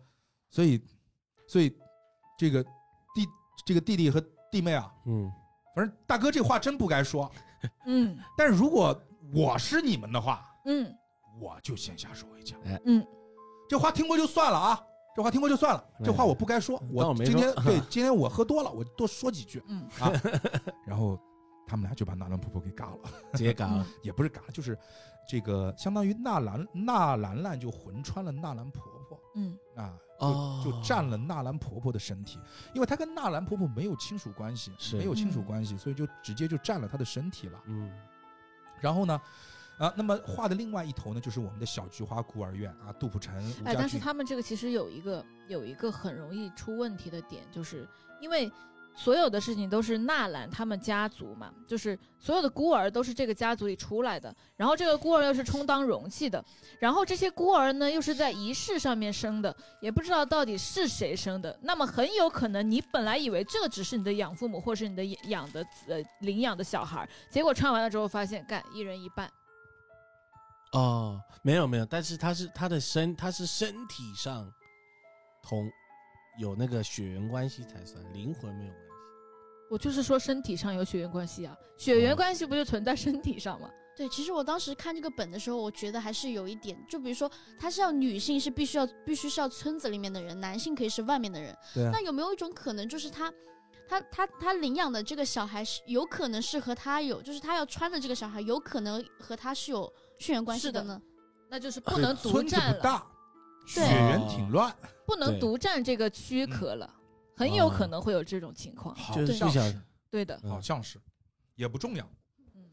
弟弟和弟妹啊，反正大哥这话真不该说，但是如果我是你们的话，我就先下手为强。这话听过就算了啊，这话听过就算了，这话我不该说。我今天我喝多了，我多说几句啊。然后他们俩就把纳兰婆婆给嘎了， 直接嘎了， 也不是嘎，就是这个相当于纳兰兰就魂穿了纳兰婆婆，就占了纳兰婆婆的身体，因为她跟纳兰婆婆没有亲属关系，没有亲属关系，所以就直接就占了她的身体了。然后呢，那么画的另外一头呢，就是我们的小菊花孤儿院啊，杜甫城。 但是他们这个其实有一个很容易出问题的点，就是因为所有的事情都是纳兰他们家族嘛，就是所有的孤儿都是这个家族里出来的，然后这个孤儿又是充当容器的，然后这些孤儿呢又是在仪式上面生的，也不知道到底是谁生的，那么很有可能你本来以为这个只是你的养父母或是你的领养的小孩，结果穿完了之后发现干一人一半。 没有，但是他是身体上有那个血缘关系才算，灵魂没有关系。 我就是说身体上有血缘关系啊，血缘关系不就存在身体上吗？ 对，其实我当时看这个本的时候，我觉得还是有一点，就比如说他是要女性是必须是要村子里面的人，男性可以是外面的人。对啊。那有没有一种可能，就是他领养的这个小孩是有可能是和他就是他要穿的这个小孩有可能和他是有血缘关系的呢？ 那就是不能独占了。 村子不大，血缘挺乱， 不能独占这个躯壳了，很有可能会有这种情况。 好像是， 对的， 好像是，也不重要。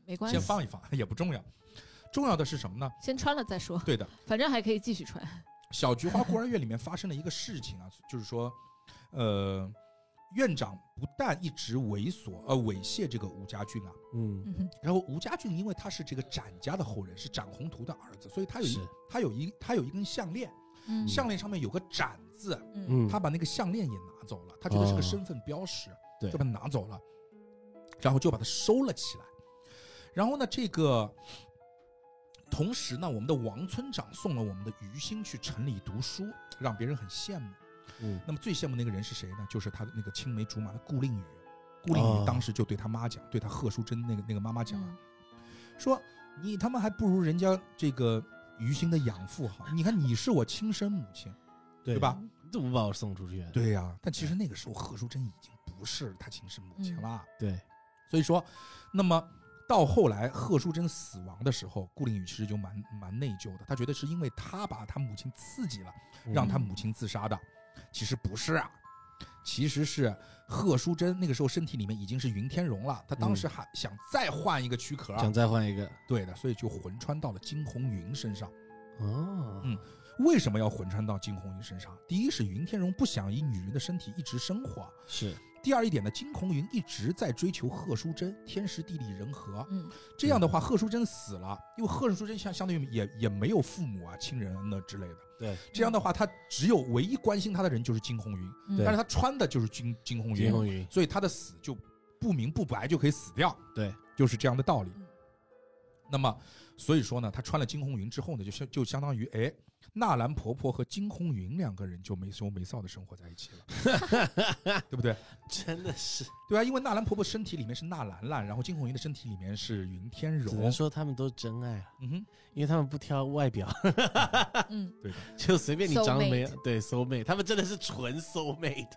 没关系， 先放一放也不重要。重要的是什么呢？ 先穿了再说。 对的， 反正还可以继续穿。 小菊花孤儿院里面发生了一个事情啊，就是说，院长不但一直猥亵这个吴家俊啊，然后吴家俊因为他是这个展家的后人，是展宏图的儿子，所以他有一根项链，项链上面有个展字，他把那个项链也拿走了，他觉得是个身份标识，就把它拿走了，然后就把它收了起来。然后呢，这个同时呢，我们的王村长送了我们的于心去城里读书，让别人很羡慕。那么最羡慕那个人是谁呢？就是他的那个青梅竹马的顾令宇。顾令宇当时就对他妈讲，对他贺淑珍那个妈妈讲说你他妈还不如人家这个于心的养父好。你看你是我亲生母亲，对吧？ 怎么把我送出去？ 对呀，但其实那个时候贺淑珍已经不是他亲生母亲了。 对， 所以说，那么到后来贺淑珍死亡的时候，顾令宇其实就蛮内疚的，他觉得是因为他把他母亲刺激了，让他母亲自杀的。其实不是啊，其实是贺淑珍那个时候身体里面已经是云天荣了，他当时还想再换一个躯壳， 想再换一个， 对的，所以就魂穿到了金红云身上。 哦， 为什么要魂穿到金红云身上？第一是云天荣不想以女人的身体一直生活， 是。 第二一点呢，金红云一直在追求贺淑珍，天时地利人和。这样的话，贺淑珍死了，因为贺淑珍相对于也没有父母啊、亲人那之类的。 对， 这样的话，他只有唯一关心他的人就是金红云，但是他穿的就是金红云，所以他的死就不明不白就可以死掉。对，就是这样的道理。那么，所以说呢，他穿了金红云之后呢，就相当于纳兰婆婆和金红云两个人就没羞没臊的生活在一起了，对不对？ 真的是， 对啊，因为纳兰婆婆身体里面是纳兰兰，然后金红云的身体里面是云天荣， 只能说他们都真爱啊。因为他们不挑外表， 对的， 就随便你长得没有，对 soul mate， 他们真的是纯 soul mate，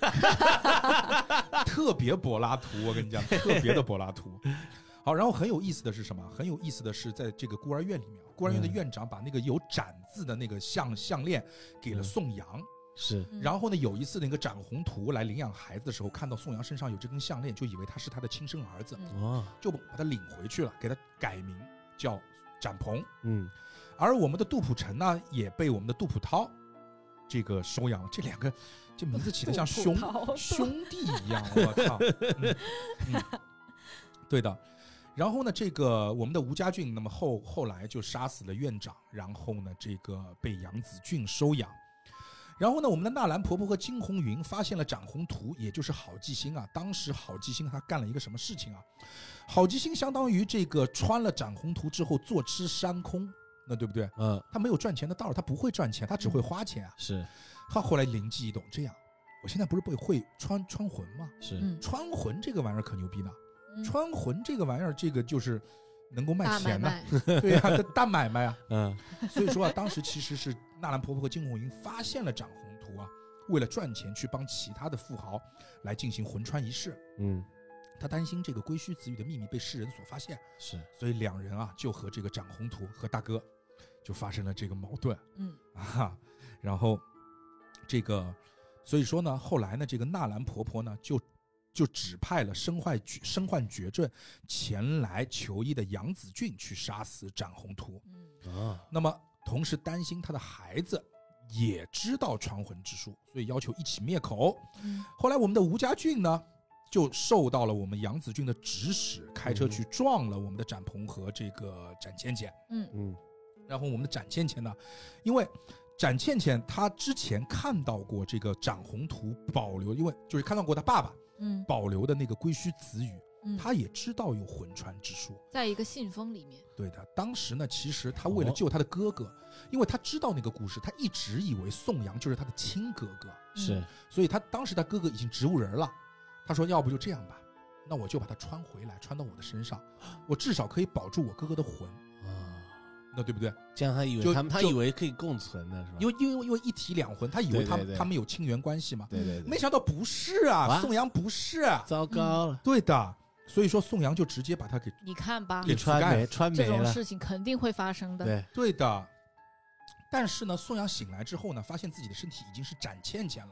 特别柏拉图，我跟你讲，特别的柏拉图。好，然后很有意思的是什么？很有意思的是，在这个孤儿院里面，孤儿院的院长把那个有展字的那个项链给了宋阳。 是， 然后呢，有一次那个展宏图来领养孩子的时候，看到宋阳身上有这根项链，就以为他是他的亲生儿子，就把他领回去了，给他改名叫展鹏。而我们的杜甫成呢，也被我们的杜甫涛这个收养了。这两个这名字起得像兄弟一样，我靠！对的。然后呢，这个我们的吴家俊，那么后来就杀死了院长，然后呢，这个被杨子俊收养。然后呢，我们的纳兰婆婆和金红云发现了展宏图，也就是郝继兴啊。当时郝继兴他干了一个什么事情啊？郝继兴相当于这个穿了展宏图之后坐吃山空，那对不对？他没有赚钱的道，他不会赚钱，他只会花钱啊。 是， 他后来灵机一动，这样，我现在不是会穿魂吗？ 是， 穿魂这个玩意儿可牛逼呢。穿魂这个玩意儿，这个就是能够卖钱的，对呀，大买卖啊。所以说啊，当时其实是纳兰婆婆和金红云发现了展宏图啊，为了赚钱去帮其他的富豪来进行魂穿仪式。他担心这个归墟子语的秘密被世人所发现，是，所以两人啊就和这个展宏图和大哥就发生了这个矛盾。然后这个，所以说呢，后来呢，这个纳兰婆婆呢就指派了身患绝症前来求医的杨子俊去杀死展宏图。那么同时担心他的孩子也知道传魂之术，所以要求一起灭口。后来我们的吴家俊呢就受到了我们杨子俊的指使，开车去撞了我们的展鹏和这个展倩倩。然后我们的展倩倩呢，因为展倩倩她之前看到过这个展宏图保留，因为就是看到过他爸爸保留的那个归墟子语，他也知道有魂穿之术，在一个信封里面。对的，当时呢，其实他为了救他的哥哥，因为他知道那个故事，他一直以为宋阳就是他的亲哥哥，是，所以他当时他哥哥已经植物人了，他说要不就这样吧，那我就把他穿回来，穿到我的身上，我至少可以保住我哥哥的魂。那对不对？这样他以为他以为可以共存的是吧？因为一体两魂，他以为他们有亲缘关系嘛？对，没想到不是啊，宋阳不是，糟糕了。对的，所以说宋阳就直接把他给你看吧，给穿没了，这种事情肯定会发生的。对的。但是呢，宋阳醒来之后呢，发现自己的身体已经是展倩倩了。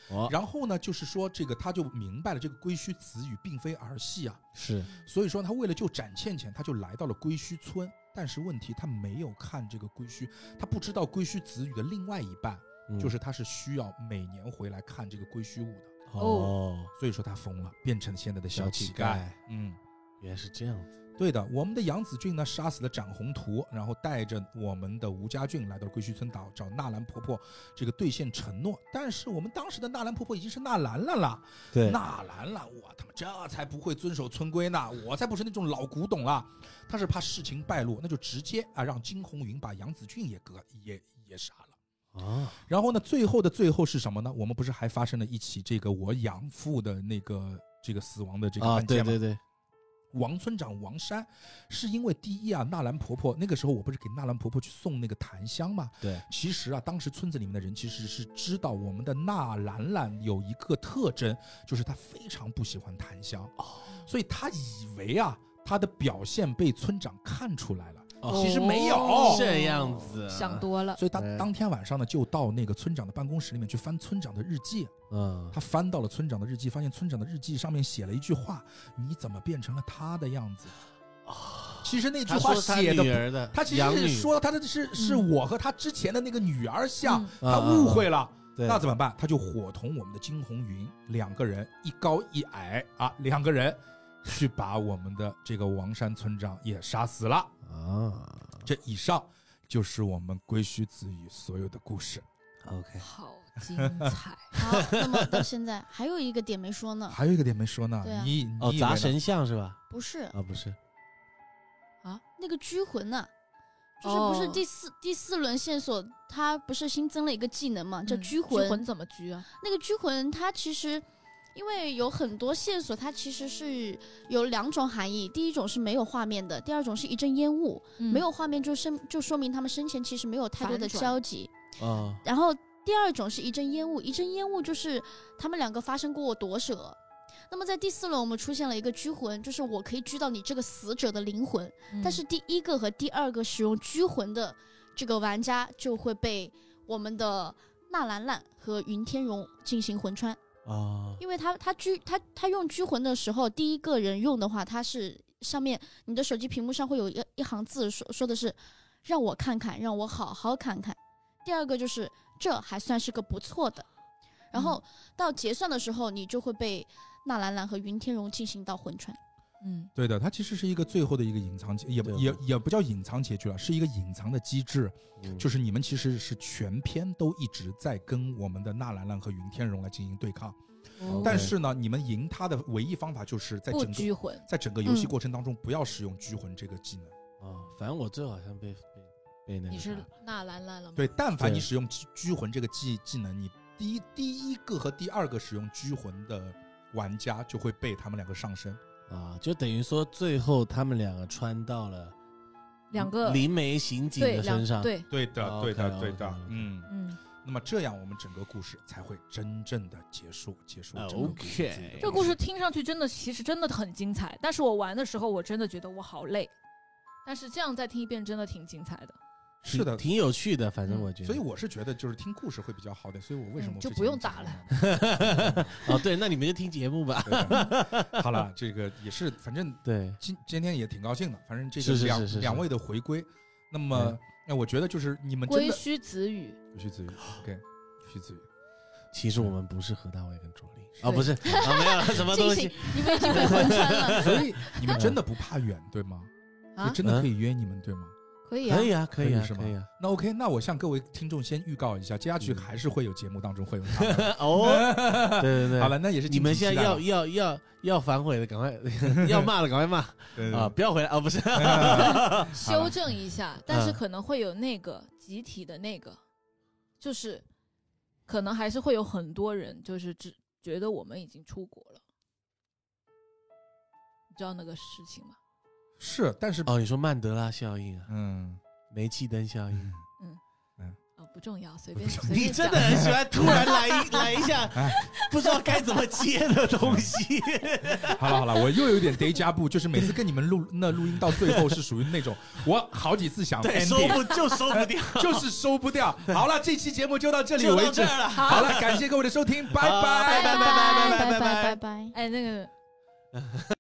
然后呢，就是说这个他就明白了，这个归墟子语并非儿戏啊， 是， 所以说他为了救展倩倩，他就来到了归墟村。但是问题他没有看这个归墟，他不知道归墟子语的另外一半，就是他是需要每年回来看这个归墟舞的。所以说他疯了，变成现在的小乞丐。 原来是这样子。 对的，我们的杨子俊呢杀死了展宏图，然后带着我们的吴家俊来到归墟村岛找纳兰婆婆这个兑现承诺。但是我们当时的纳兰婆婆已经是纳兰了， 对， 纳兰了，我他妈这才不会遵守村规呢，我才不是那种老古董啦。他是怕事情败露，那就直接让金红云把杨子俊也杀了。然后呢，最后的最后是什么呢？我们不是还发生了一起这个我养父的这个死亡的这个案件吗？ 对对对。 王村长王山是因为第一啊，纳兰婆婆那个时候我不是给纳兰婆婆去送那个檀香嘛？ 对， 其实啊，当时村子里面的人其实是知道我们的纳兰兰有一个特征，就是她非常不喜欢檀香，所以她以为啊，她的表现被村长看出来了。其实没有这样子， 想多了。 所以他当天晚上呢，就到那个村长的办公室里面去翻村长的日记。他翻到了村长的日记，发现村长的日记上面写了一句话：你怎么变成了他的样子？其实那句话写的，他其实是说他的是我和他之前的那个女儿像，他误会了。那怎么办？他就伙同我们的金红云两个人，一高一矮啊，两个人去把我们的这个王山村长也杀死了。这以上就是我们归墟子语所有的故事。 OK， 好精彩。 好，那么到现在还有一个点没说呢。 还有一个点没说呢。你砸神像是吧？ 不是不是啊，那个拘魂呢？就是不是第四轮线索，它不是新增了一个技能嘛，叫拘魂。 拘魂怎么拘啊？ 那个拘魂它其实。因为有很多线索，它其实是有两种含义。第一种是没有画面的，第二种是一阵烟雾。没有画面就说明他们生前其实没有太多的交集。然后第二种是一阵烟雾，一阵烟雾就是他们两个发生过夺舍。那么在第四轮我们出现了一个拘魂，就是我可以拘到你这个死者的灵魂。但是第一个和第二个使用拘魂的这个玩家就会被我们的纳兰兰和云天荣进行魂穿。因为他用拘魂的时候，第一个人用的话，他是上面你的手机屏幕上会有一行字说的是让我看看，让我好好看看。第二个就是这还算是个不错的。然后到结算的时候，你就会被纳兰兰和云天荣进行到魂穿。 对的，它其实是一个最后的一个隐藏，也不叫隐藏结局了，是一个隐藏的机制。就是你们其实是全篇都一直在跟我们的纳兰兰和云天荣来进行对抗。但是呢，你们赢他的唯一方法就是在整个游戏过程当中不要使用拘魂这个技能。 反正我最后好像被那个。 你是纳兰兰了吗？ 对，但凡你使用拘魂这个技能，你第一个和第二个使用拘魂的玩家就会被他们两个上身。 就等于说最后他们两个穿到了两个灵媒刑警的身上。 对的。那么这样我们整个故事才会真正的结束。 OK， 这个故事听上去其实真的很精彩，但是我玩的时候我真的觉得我好累，但是这样再听一遍真的挺精彩的。 是的， 挺有趣的，反正我觉得。 所以我是觉得就是听故事会比较好点，所以我为什么就不用打了。 对，那你们就听节目吧。 好了，这个也是，反正对， 今天也挺高兴的。反正这个两位的回归，那么我觉得就是你们归墟子语 ，OK， 归墟子语。 其实我们不是何大卫跟卓立不是没有什么东西， 你们已经被魂穿了。 所以你们真的不怕远对吗？就真的可以约你们对吗？ 可以啊，可以是吗？那 OK， 那我向各位听众先预告一下，接下去还是会有节目当中会有他们。 对。 好了，那也是你们现在要反悔的，赶快要骂的赶快骂不要回来不是。 修正一下，但是可能会有那个集体的那个，就是可能还是会有很多人就是只觉得我们已经出国了，你知道那个事情吗？ 是，但是你说曼德拉效应啊，煤气灯效应， 不重要，随便。 你真的很喜欢突然来一下，不知道该怎么接的东西。 好了，我又有点 déjà vu，就是每次跟你们录音到最后是属于那种我好几次想 ending， 收不掉， 就是收不掉。好了，这期节目就到这里为止了。 好了，感谢各位的收听，拜拜， 拜拜。 哎，那个。